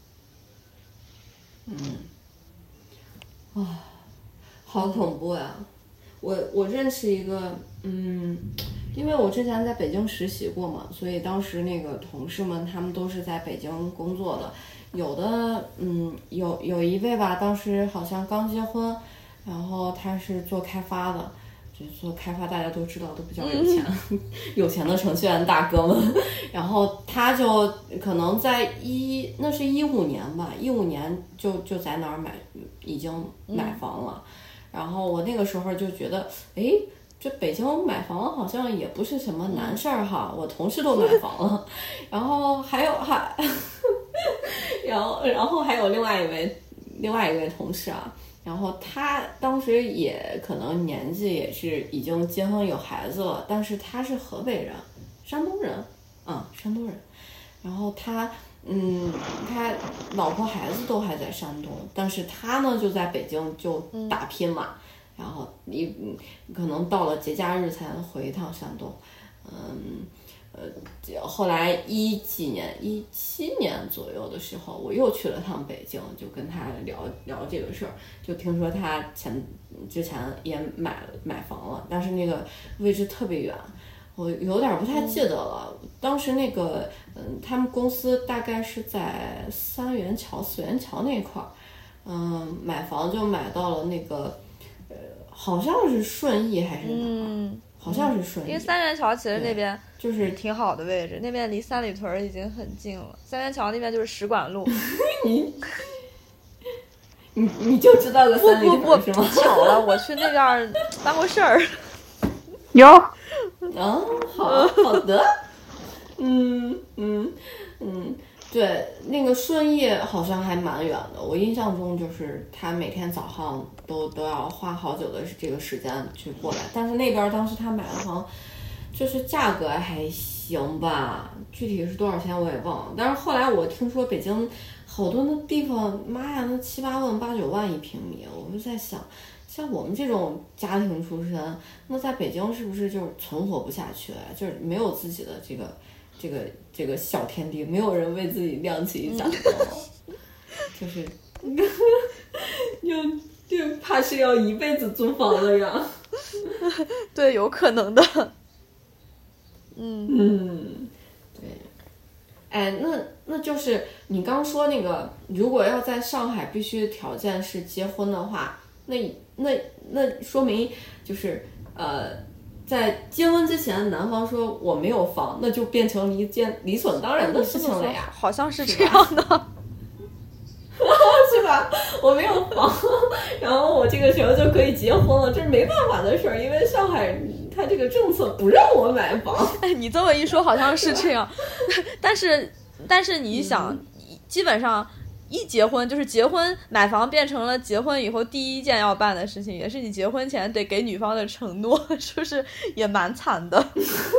[SPEAKER 1] 嗯，啊，好恐怖呀！我我认识一个，嗯，因为我之前在北京实习过嘛，所以当时那个同事们他们都是在北京工作的，有的，嗯，有有一位吧，当时好像刚结婚，然后他是做开发的，就做开发大家都知道都比较有钱，嗯、有钱的程序员大哥们，然后他就可能在一那是一五年吧，一五年就就在那儿买已经买房了。嗯，然后我那个时候就觉得，哎，这北京买房好像也不是什么难事儿哈，我同事都买房了，然后还有还，然后然后还有另外一位另外一位同事啊，然后他当时也可能年纪也是已经结婚有孩子了，但是他是河北人，山东人，嗯，山东人，然后他。嗯，他老婆孩子都还在山东，但是他呢就在北京就打拼嘛，嗯、然后一可能到了节假日才能回一趟山东，嗯，呃，后来一几年一七年左右的时候，我又去了趟北京，就跟他聊聊这个事儿，就听说他前之前也买了买房了，但是那个位置特别远。我有点不太记得了，嗯、当时那个，嗯，他们公司大概是在三元桥、四元桥那块儿，嗯，买房就买到了那个，呃，好像是顺义还是哪儿，嗯、好像是顺义。
[SPEAKER 3] 因为三元桥其实那边
[SPEAKER 1] 就是
[SPEAKER 3] 挺好的位置，那边离三里屯已经很近了。三元桥那边就是使馆路。
[SPEAKER 1] 你你你就知道个三里屯是吗？
[SPEAKER 3] 不不不，巧了，我去那边办过事儿。
[SPEAKER 2] 有。
[SPEAKER 1] 哦，好好的，嗯嗯嗯，对，那个顺义好像还蛮远的，我印象中就是他每天早上都都要花好久的这个时间去过来，但是那边当时他买的房，就是价格还行吧，具体是多少钱我也忘了，但是后来我听说北京好多那地方，妈呀，那七八万、八九万一平米，我就在想。像我们这种家庭出身，那在北京是不是就是存活不下去了？就是没有自己的这个这个这个小天地，没有人为自己亮起一盏灯，嗯、就是就就怕是要一辈子租房了呀。
[SPEAKER 3] 对，有可能的。嗯
[SPEAKER 1] 嗯，对。哎，那那就是你刚说那个，如果要在上海必须条件是结婚的话。那那那说明就是呃，在结婚之前，男方说我没有房，那就变成一件理所当然的事情了呀。
[SPEAKER 3] 好像是这样的，
[SPEAKER 1] 是吧？我没有房，然后我这个时候就可以结婚了，这是没办法的事儿，因为上海它这个政策不让我买房。
[SPEAKER 3] 哎，你这么一说，好像是这样，但是但是你想，嗯、基本上。一结婚就是结婚买房变成了结婚以后第一件要办的事情，也是你结婚前得给女方的承诺，是不是也蛮惨的？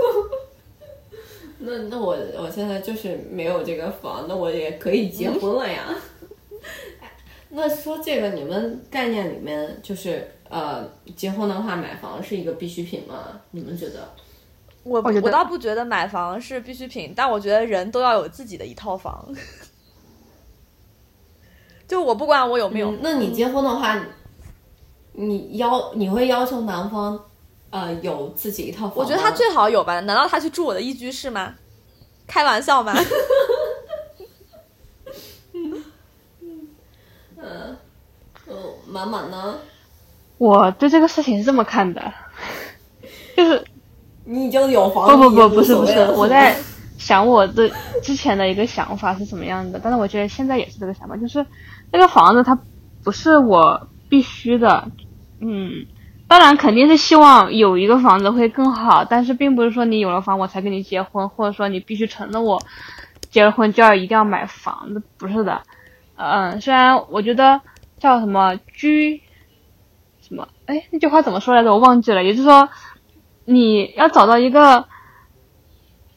[SPEAKER 1] 那那我我现在就是没有这个房，那我也可以结婚了呀。嗯、那说这个，你们概念里面就是呃，结婚的话买房是一个必需品吗？你们觉得？
[SPEAKER 3] 我我倒不觉得买房是必需品，但我觉得人都要有自己的一套房。就我不管我有没有、
[SPEAKER 1] 嗯，那你结婚的话，你要你会要求男方，呃，有自己一套房吗？
[SPEAKER 3] 我觉得他最好有吧？难道他去住我的一居室吗？开玩笑吗？
[SPEAKER 1] 嗯嗯，哦，满满呢？
[SPEAKER 2] 我对这个事情是这么看的，就是
[SPEAKER 1] 你已经有房，
[SPEAKER 2] 不不不不是不是，我在想我的之前的一个想法是怎么样的，但是我觉得现在也是这个想法，就是这个房子它不是我必须的，嗯，当然肯定是希望有一个房子会更好，但是并不是说你有了房我才跟你结婚，或者说你必须承诺我结了婚就要一定要买房子，不是的。嗯，虽然我觉得叫什么居什么，哎，那句话怎么说来着？我忘记了。也就是说，你要找到一个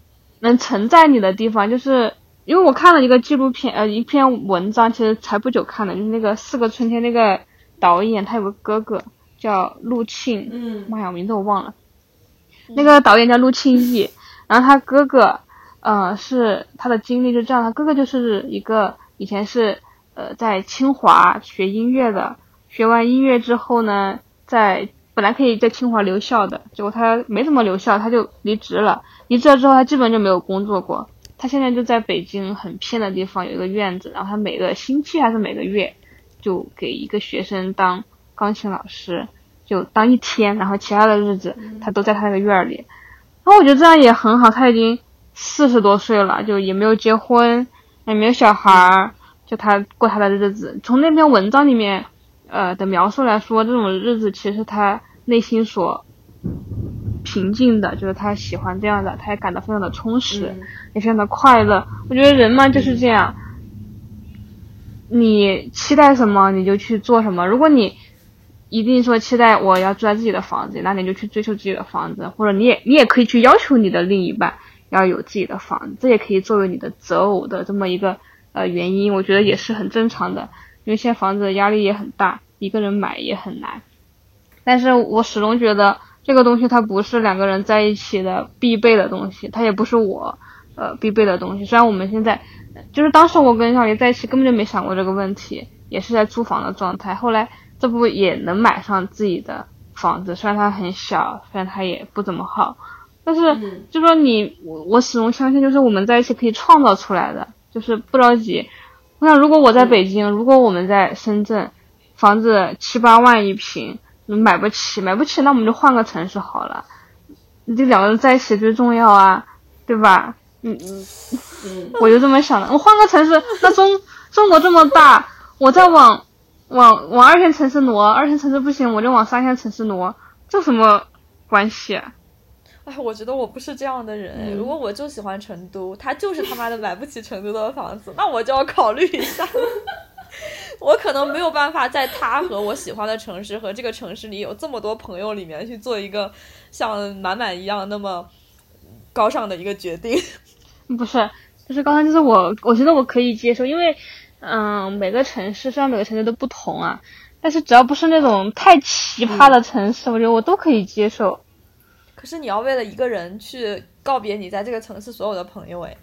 [SPEAKER 2] 能承载你的地方，就是因为我看了一个纪录片，呃，一篇文章，其实才不久看的，就是那个《四个春天》那个导演，他有个哥哥叫陆庆，
[SPEAKER 4] 嗯，
[SPEAKER 2] 妈呀，名字我忘了，嗯、那个导演叫陆庆义，然后他哥哥，呃，是他的经历就这样，他哥哥就是一个以前是呃在清华学音乐的，学完音乐之后呢，在本来可以在清华留校的，结果他没怎么留校，他就离职了。离职了之后，他基本就没有工作过。他现在就在北京很偏的地方有一个院子，然后他每个星期还是每个月就给一个学生当钢琴老师，就当一天，然后其他的日子他都在他那个院里。然后我觉得这样也很好，他已经四十多岁了，就也没有结婚，也没有小孩，就他过他的日子。从那篇文章里面呃的描述来说，这种日子其实他内心所平静的，就是他喜欢这样的，他也感到非常的充实、嗯、也非常的快乐。我觉得人嘛就是这样、嗯、你期待什么你就去做什么，如果你一定说期待我要住在自己的房子，那你就去追求自己的房子，或者你也你也可以去要求你的另一半要有自己的房子，这也可以作为你的择偶的这么一个呃原因，我觉得也是很正常的，因为现在房子的压力也很大，一个人买也很难。但是我始终觉得这个东西它不是两个人在一起的必备的东西，它也不是我呃必备的东西。虽然我们现在就是当时我跟小黎在一起根本就没想过这个问题，也是在租房的状态，后来这不也能买上自己的房子，虽然它很小，虽然它也不怎么好，但是就说你我我始终相信就是我们在一起可以创造出来的，就是不着急。我想如果我在北京，如果我们在深圳，房子七八万一平买不起买不起那我们就换个城市好了，这两个人在一起最重要啊，对吧？嗯嗯嗯，我就这么想的，我换个城市，那中中国这么大，我再往往往二线城市挪，二线城市不行我就往三线城市挪，这什么关系啊？
[SPEAKER 3] 哎，我觉得我不是这样的人、嗯、如果我就喜欢成都，他就是他妈的买不起成都的房子，那我就要考虑一下我可能没有办法在他和我喜欢的城市和这个城市里有这么多朋友里面去做一个像满满一样那么高尚的一个决定。
[SPEAKER 2] 不是，就是刚才就是我我觉得我可以接受，因为嗯，每个城市虽然每个城市都不同啊，但是只要不是那种太奇葩的城市、嗯、我觉得我都可以接受。
[SPEAKER 3] 可是你要为了一个人去告别你在这个城市所有的朋友诶。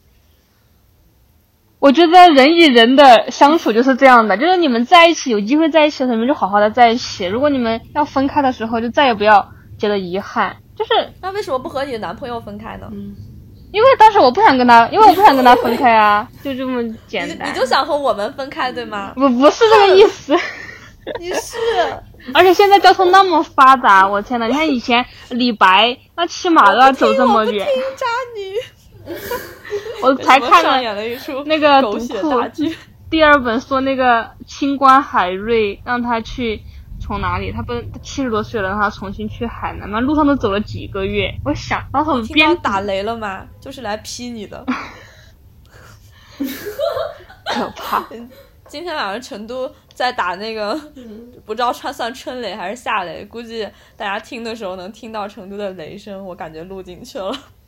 [SPEAKER 2] 我觉得人与人的相处就是这样的，就是你们在一起有机会在一起的时候，你们就好好的在一起，如果你们要分开的时候就再也不要觉得遗憾。就是
[SPEAKER 3] 那为什么不和你的男朋友分开呢？
[SPEAKER 2] 嗯，因为当时我不想跟他因为我不想跟他分开啊就这么简单。
[SPEAKER 3] 你, 你就想和我们分开对吗？
[SPEAKER 2] 不不是这个意思
[SPEAKER 3] 你是
[SPEAKER 2] 而且现在交通那么发达，我天哪，你看以前李白那骑马都要走这么远。
[SPEAKER 3] 我不听渣女
[SPEAKER 2] 我才看了那个
[SPEAKER 3] 狗血大剧
[SPEAKER 2] 第二本，说那个清官海瑞让他去从哪里，他不是七十多岁了，让他重新去海南嘛，路上都走了几个月。我想当时我们
[SPEAKER 3] 听到打雷了吗？就是来劈你的
[SPEAKER 2] 可怕。
[SPEAKER 3] 今天晚上成都在打那个不知道算春雷还是夏雷，估计大家听的时候能听到成都的雷声，我感觉录进去了。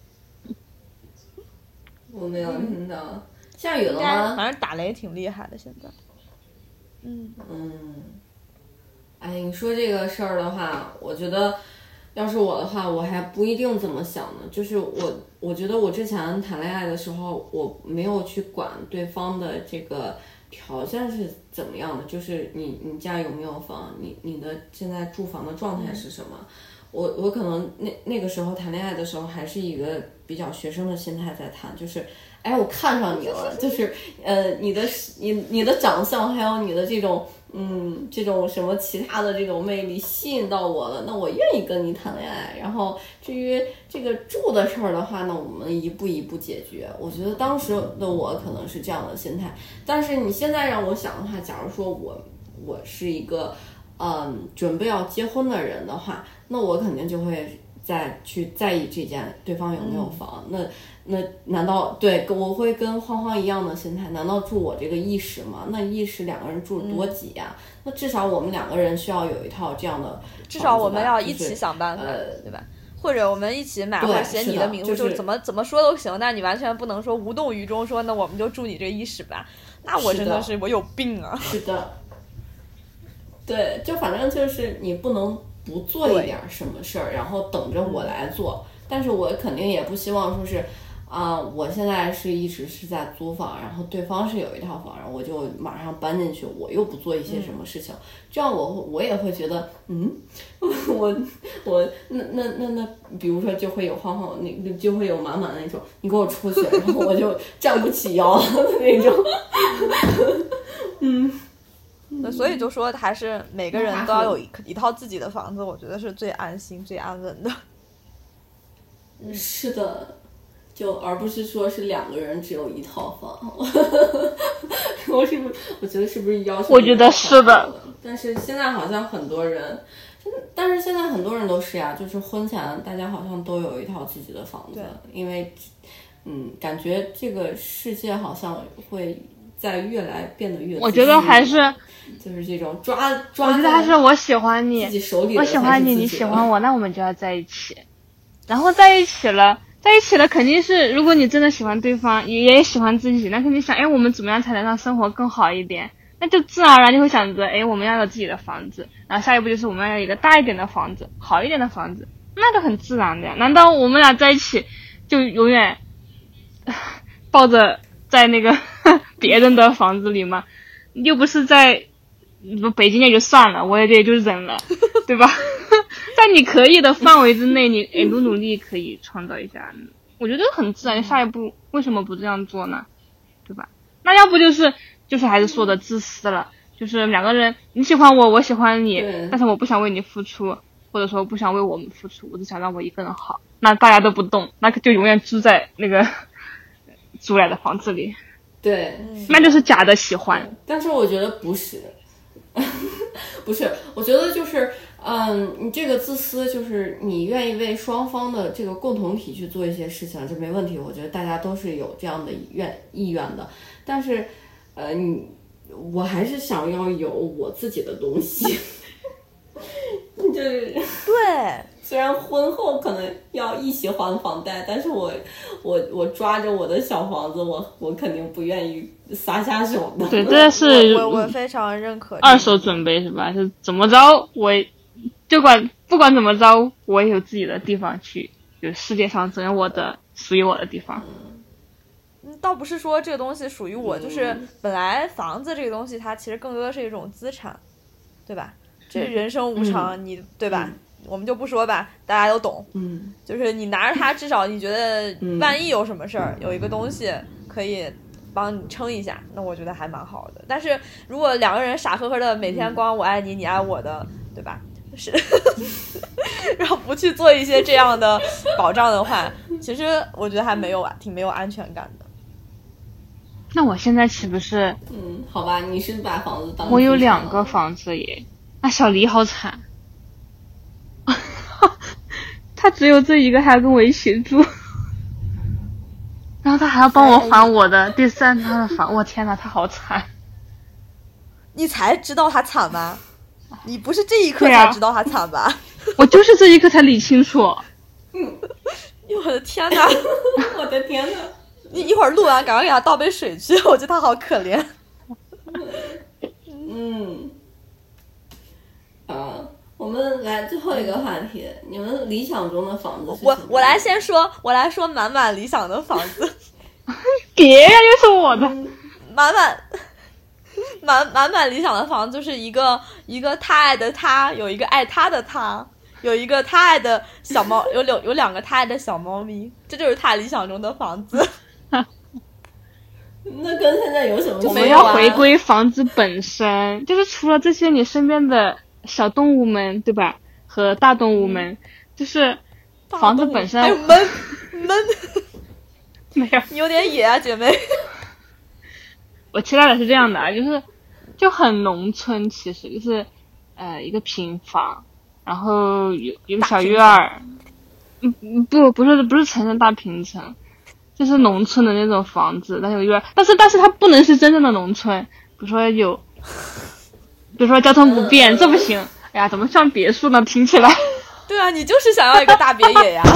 [SPEAKER 4] 我没有听到、嗯、下雨了吗？
[SPEAKER 3] 反正打雷挺厉害的现在。嗯
[SPEAKER 4] 嗯，哎，你说这个事儿的话，我觉得要是我的话我还不一定这么想呢。就是我我觉得我之前谈恋爱的时候，我没有去管对方的这个条件是怎么样的，就是你你家有没有房，你你的现在住房的状态是什么、嗯、我我可能那那个时候谈恋爱的时候还是一个比较学生的心态在谈，就是哎我看上你了，就是呃你的你你的长相还有你的这种嗯这种什么其他的这种魅力吸引到我了，那我愿意跟你谈恋爱。然后至于这个住的事儿的话，那我们一步一步解决。我觉得当时的我可能是这样的心态，但是你现在让我想的话，假如说我我是一个嗯准备要结婚的人的话，那我肯定就会再去在意这件对方有没有房、嗯、那那难道对我会跟欢欢一样的心态，难道住我这个一室吗？那一室两个人住多挤呀、啊嗯、那至少我们两个人需要有一套这样的，
[SPEAKER 3] 至少我们要一起想办法、就是呃、对吧？ 或者我们一起买，或者写你的名字，
[SPEAKER 4] 就是、
[SPEAKER 3] 就是怎么怎么说都行，但你完全不能说无动于衷说那我们就住你这一室吧，那我真的是我有病啊。
[SPEAKER 4] 是的，对，就反正就是你不能不做一点什么事儿，然后等着我来做，但是我肯定也不希望说是啊、呃，我现在是一直是在租房，然后对方是有一套房，然后我就马上搬进去，我又不做一些什么事情，嗯、这样我我也会觉得，嗯，我我那那那那，比如说就会有晃晃，那就会有满满的那种，你给我出去，然后我就站不起腰的那种，嗯。
[SPEAKER 3] 那所以就说还是每个人都要有一一套自己的房子，我觉得是最安心最安稳的。
[SPEAKER 4] 嗯，是的，就而不是说是两个人只有一套房。我是不是我觉得是不是要求？
[SPEAKER 2] 我觉得是的。
[SPEAKER 4] 但是现在好像很多人，但是现在很多人都是呀，就是婚前大家好像都有一套自己的房子，因为嗯，感觉这个世界好像会在越来变得越，
[SPEAKER 2] 我觉得还是
[SPEAKER 4] 就是这种抓抓，
[SPEAKER 2] 我觉得还是我喜欢你，
[SPEAKER 4] 自己手里
[SPEAKER 2] 我喜欢你，你喜欢我，那我们就要在一起。然后在一起了，在一起了肯定是，如果你真的喜欢对方，也也喜欢自己，那肯定想，哎，我们怎么样才能让生活更好一点？那就自然而然就会想着，哎，我们要有自己的房子，然后下一步就是我们要有一个大一点的房子，好一点的房子，那个很自然的呀。难道我们俩在一起就永远抱着在那个别人的房子里吗？又不是在北京也就算了，我也也就忍了，对吧？在你可以的范围之内，你哎努努力可以创造一下，我觉得很自然。下一步为什么不这样做呢？对吧？那要不就是就是还是说的自私了，就是两个人你喜欢我，我喜欢你，但是我不想为你付出，或者说不想为我们付出，我只想让我一个人好。那大家都不动，那就永远住在那个租来的房子里。
[SPEAKER 4] 对，
[SPEAKER 2] 那就是假的喜欢。
[SPEAKER 4] 但是我觉得不是，不是，我觉得就是，嗯，你这个自私，就是你愿意为双方的这个共同体去做一些事情，这没问题。我觉得大家都是有这样的愿意愿的，但是，呃，你我还是想要有我自己的东西。就是
[SPEAKER 3] 对，
[SPEAKER 4] 虽然婚后可能要一起还房贷，但是我我我抓着我的小房子，我我肯定不愿意撒下手的。
[SPEAKER 2] 对，这是
[SPEAKER 3] 我我非常认可
[SPEAKER 2] 二手准备是吧？是怎么着，我就管不管怎么着，我也有自己的地方去，就世界上总有我的属于我的地方。
[SPEAKER 3] 嗯，倒不是说这个东西属于我，就是本来房子这个东西，它其实更多的是一种资产，对吧？这人生无常，
[SPEAKER 4] 嗯、
[SPEAKER 3] 你对吧、嗯？我们就不说吧，大家都懂。
[SPEAKER 4] 嗯，
[SPEAKER 3] 就是你拿着它，至少你觉得万一有什么事儿、嗯，有一个东西可以帮你撑一下，那我觉得还蛮好的。但是如果两个人傻呵呵的每天光我爱你，你爱我的，对吧？是，然后不去做一些这样的保障的话，其实我觉得还没有挺没有安全感的。
[SPEAKER 2] 那我现在岂不是？
[SPEAKER 4] 嗯，好吧，你是把房子当
[SPEAKER 2] 我有两个房子耶。那小黎好惨，他只有这一个，还要跟我一起住，然后他还要帮我还我的第三套的房，我天哪，他好惨！
[SPEAKER 3] 你才知道他惨吗？你不是这一刻才知道他惨吧？
[SPEAKER 2] 啊、我就是这一刻才理清楚。
[SPEAKER 4] 嗯，
[SPEAKER 3] 我的天哪！
[SPEAKER 4] 我的天哪！
[SPEAKER 3] 你一会儿录完，赶快给他倒杯水去，我觉得他好可怜。
[SPEAKER 4] 嗯。啊，我们来最后一个话题，你们理想中的房子是什么？
[SPEAKER 3] 我我来先说，我来说满满理想的房子。
[SPEAKER 2] 别呀，又是我的。
[SPEAKER 3] 满满满满满理想的房子就是一个一个他爱的他，有一个爱他的他，有一个他爱的小猫，有有有两个他爱的小猫咪，这就是他理想中的房子。
[SPEAKER 4] 那跟现在有什么？
[SPEAKER 2] 我们要回归房子本身，就是除了这些，你身边的小动物们，对吧？和大动物们，嗯、就是房子本身。
[SPEAKER 3] 还有闷闷，
[SPEAKER 2] 没有，
[SPEAKER 3] 你有点野啊，姐妹。
[SPEAKER 2] 我期待的是这样的啊，就是就很农村，其实就是呃一个平房，然后有有个小院儿，嗯不不是不是城镇大平层。就是农村的那种房子，但是有院，但是但是它不能是真正的农村，比如说有，比如说交通不便，这不行。哎呀，怎么像别墅呢？听起来。
[SPEAKER 3] 对啊，你就是想要一个大别野呀。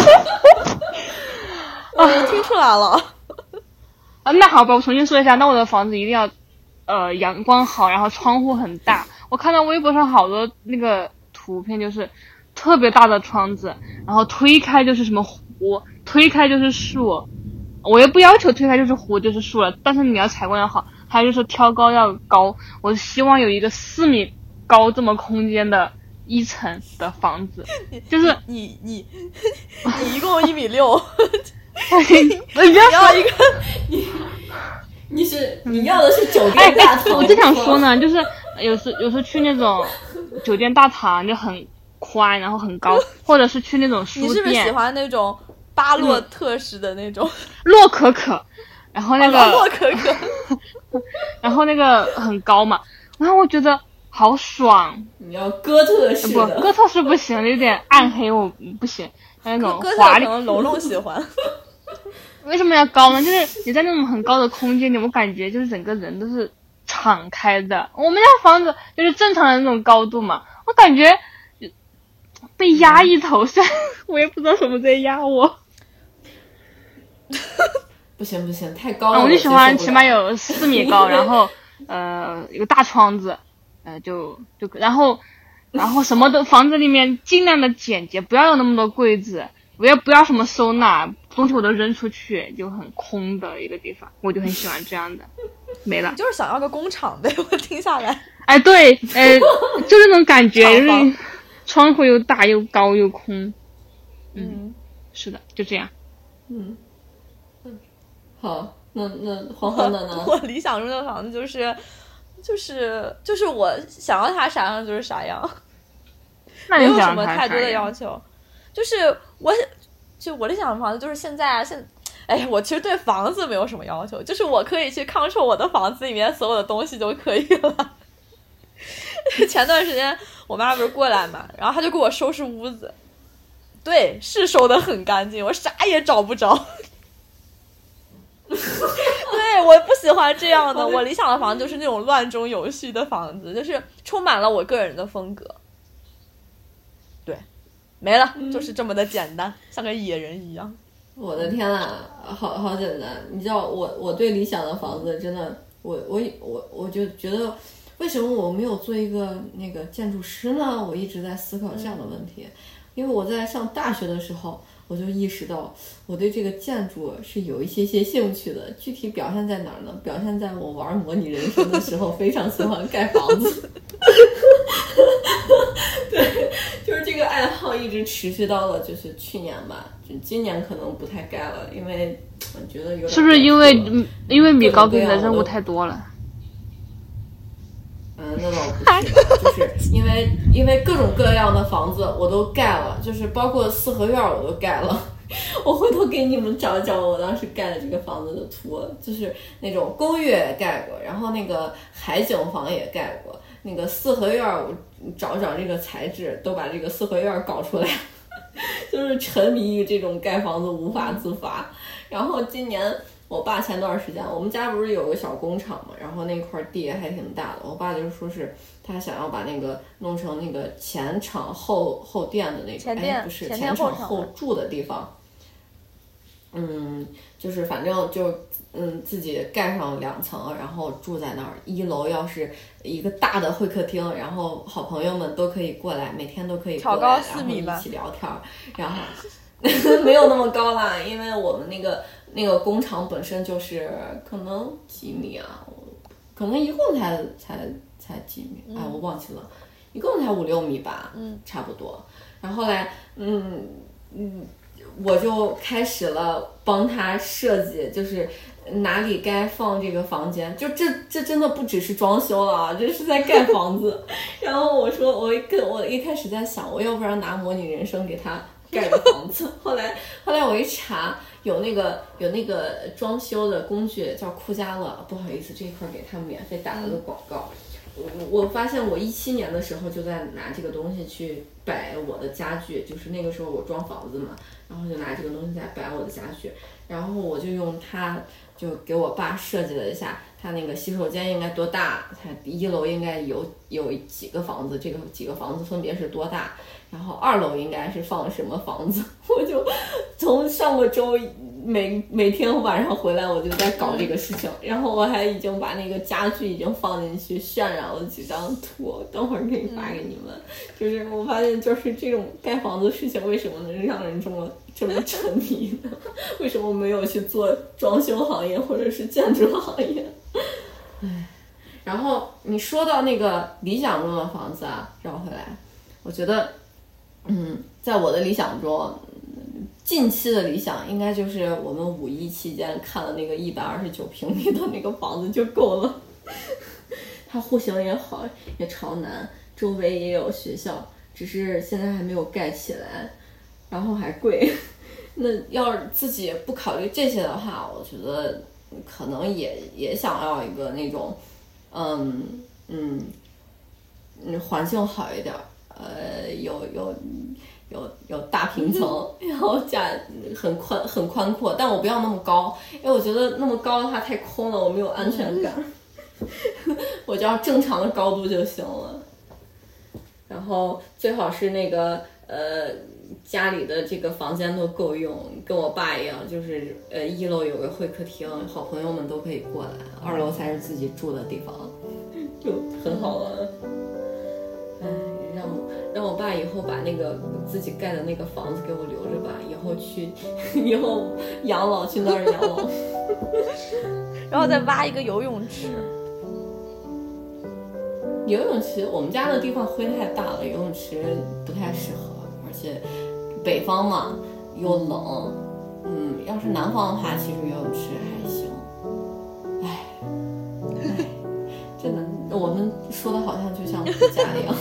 [SPEAKER 3] 我听出来了。
[SPEAKER 2] 啊，那好吧，我重新说一下，那我的房子一定要，呃，阳光好，然后窗户很大。我看到微博上好多那个图片，就是特别大的窗子，然后推开就是什么湖，推开就是树。我也不要求推开就是湖就是树了，但是你要采光要好，还有就是挑高要高。我希望有一个四米高这么空间的一层的房子，就是
[SPEAKER 3] 你你你一共一米六。
[SPEAKER 2] 你不要
[SPEAKER 3] 要一个
[SPEAKER 4] 你你是你要的是酒店大堂、
[SPEAKER 2] 哎哎？我就想说呢，就是有时有时候去那种酒店大堂就很宽，然后很高，或者是去那种书店。
[SPEAKER 3] 你是不是喜欢那种巴洛特式的那种？
[SPEAKER 2] 洛可可，然后那个、
[SPEAKER 3] 哦、洛可可，
[SPEAKER 2] 然后那个很高嘛，然后我觉得好爽。
[SPEAKER 4] 你要哥特式的？
[SPEAKER 2] 不，哥特式不行，有点暗黑，我不行。那种
[SPEAKER 3] 华
[SPEAKER 2] 华丽，
[SPEAKER 3] 可能龙龙喜欢。
[SPEAKER 2] 为什么要高呢？就是你在那种很高的空间里，我感觉就是整个人都是敞开的。我们家房子就是正常的那种高度嘛，我感觉被压一头，虽然我也不知道什么在压我。
[SPEAKER 4] 不行不行，太高了、
[SPEAKER 2] 嗯。我就喜欢起码有四米高，然后呃有个大窗子，呃就就然后然后什么都房子里面尽量的简洁，不要有那么多柜子。我也不要什么收纳，东西我都扔出去，就很空的一个地方，我就很喜欢这样的。没了，
[SPEAKER 3] 就是想要个工厂呗，我听下来。
[SPEAKER 2] 哎，对，哎，就那种感觉，就是窗户又大又高又空。嗯，嗯是的，就这样。
[SPEAKER 4] 嗯嗯，好，那那黄黄的呢？
[SPEAKER 3] 我理想中的房子就是，就是就是我想要它啥样就是啥样，
[SPEAKER 2] 那
[SPEAKER 3] 没有什么太多的要求。就是我，就我理想的房子就是现在啊，现，哎呀，我其实对房子没有什么要求，就是我可以去 control 我的房子里面所有的东西就可以了。前段时间我妈不是过来嘛，然后她就给我收拾屋子，对，是收得很干净，我啥也找不着。对，我不喜欢这样的，我理想的房子就是那种乱中有序的房子，就是充满了我个人的风格。对。没了，就是这么的简单，嗯、像个野人一样。
[SPEAKER 4] 我的天啊，好好简单！你知道我我对理想的房子真的，我我我我就觉得，为什么我没有做一个那个建筑师呢？我一直在思考这样的问题，嗯、因为我在上大学的时候，我就意识到我对这个建筑是有一些些兴趣的。具体表现在哪儿呢？表现在我玩模拟人生的时候，非常喜欢盖房子。对，就是这个爱好一直持续到了就是去年吧，就今年可能不太盖了，因为我觉得有点。
[SPEAKER 2] 是不是因为因为米高给你的任务太多了？
[SPEAKER 4] 嗯，那倒不是吧，就是因为因为各种各样的房子我都盖了，就是包括四合院我都盖了。我回头给你们找一找我当时盖的这个房子的图，就是那种公寓也盖过，然后那个海景房也盖过，那个四合院我找找这个材质，都把这个四合院搞出来，就是沉迷于这种盖房子无法自拔。然后今年我爸前段时间，我们家不是有个小工厂嘛，然后那块地还挺大的，我爸就说是他想要把那个弄成那个前厂后后店的那个，哎，不是前厂后住的地方。嗯，就是反正就嗯自己盖上两层，然后住在那儿。一楼要是一个大的会客厅，然后好朋友们都可以过来，每天都可以过来，然后一起聊天。然后没有那么高啦，因为我们那个那个工厂本身就是可能几米啊，可能一共才才才几米，哎，我忘记了，一共才五六米吧，
[SPEAKER 3] 嗯，
[SPEAKER 4] 差不多。然后后来，嗯嗯。我就开始了帮他设计，就是哪里该放这个房间，就这这真的不只是装修了啊，这是在盖房子。然后我说，我一跟我一开始在想，我要不然拿模拟人生给他盖个房子。后来后来我一查，有那个有那个装修的工具叫酷家乐，不好意思，这一块给他们免费打了个广告。我我发现我一七年的时候就在拿这个东西去摆我的家具，就是那个时候我装房子嘛，然后就拿这个东西在摆我的家具，然后我就用它就给我爸设计了一下它那个洗手间应该多大，它一楼应该有有几个房子，这个几个房子分别是多大，然后二楼应该是放什么房子。我就从上个周每每天晚上回来我就在搞这个事情，然后我还已经把那个家具已经放进去渲染了几张图，等会儿可以发给你们。就是我发现就是这种盖房子的事情为什么能让人这么这么沉迷呢？为什么没有去做装修行业或者是建筑行业？唉，然后你说到那个理想中的房子啊，绕回来，我觉得嗯，在我的理想中，近期的理想应该就是我们五一期间看了那个一百二十九平米的那个房子就够了。它户型也好，也朝南，周围也有学校，只是现在还没有盖起来，然后还贵。那要是自己不考虑这些的话，我觉得可能也也想要一个那种，嗯嗯嗯，环境好一点，呃，有有有有大平层，然后家很宽很宽阔，但我不要那么高，因为我觉得那么高的话太空了，我没有安全感。我就要正常的高度就行了。然后最好是那个呃家里的这个房间都够用，跟我爸一样，就是呃一楼有个会客厅，好朋友们都可以过来，二楼才是自己住的地方，就很好了。哎，让我让我爸以后把那个自己盖的那个房子给我留着吧，以后去以后养老去那儿养老。
[SPEAKER 3] 然后再挖一个游泳池。
[SPEAKER 4] 游泳池我们家的地方灰太大了，游泳池不太适合，而且北方嘛又冷，嗯，要是南方的话，其实游泳池还行。唉，唉，真的，我们说的好像就像回家一样。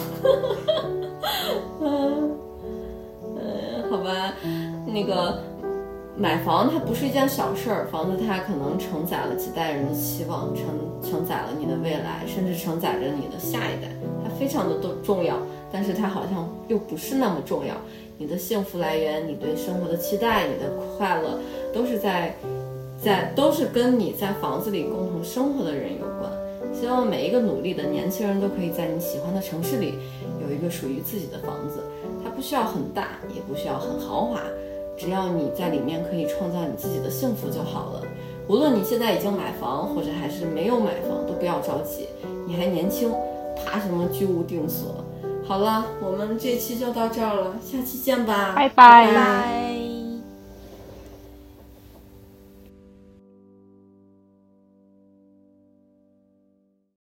[SPEAKER 4] 嗯，嗯，好吧，那个买房它不是一件小事儿，房子它可能承载了几代人的期望，承承载了你的未来，甚至承载着你的下一代，它非常的都重要，但是它好像又不是那么重要。你的幸福来源，你对生活的期待，你的快乐，都是在在都是跟你在房子里共同生活的人有关。希望每一个努力的年轻人都可以在你喜欢的城市里有一个属于自己的房子，它不需要很大，也不需要很豪华，只要你在里面可以创造你自己的幸福就好了。无论你现在已经买房或者还是没有买房，都不要着急，你还年轻，怕什么居无定所。好了，我们这期就到这儿了，下期见吧，
[SPEAKER 2] 拜拜。
[SPEAKER 3] 拜拜。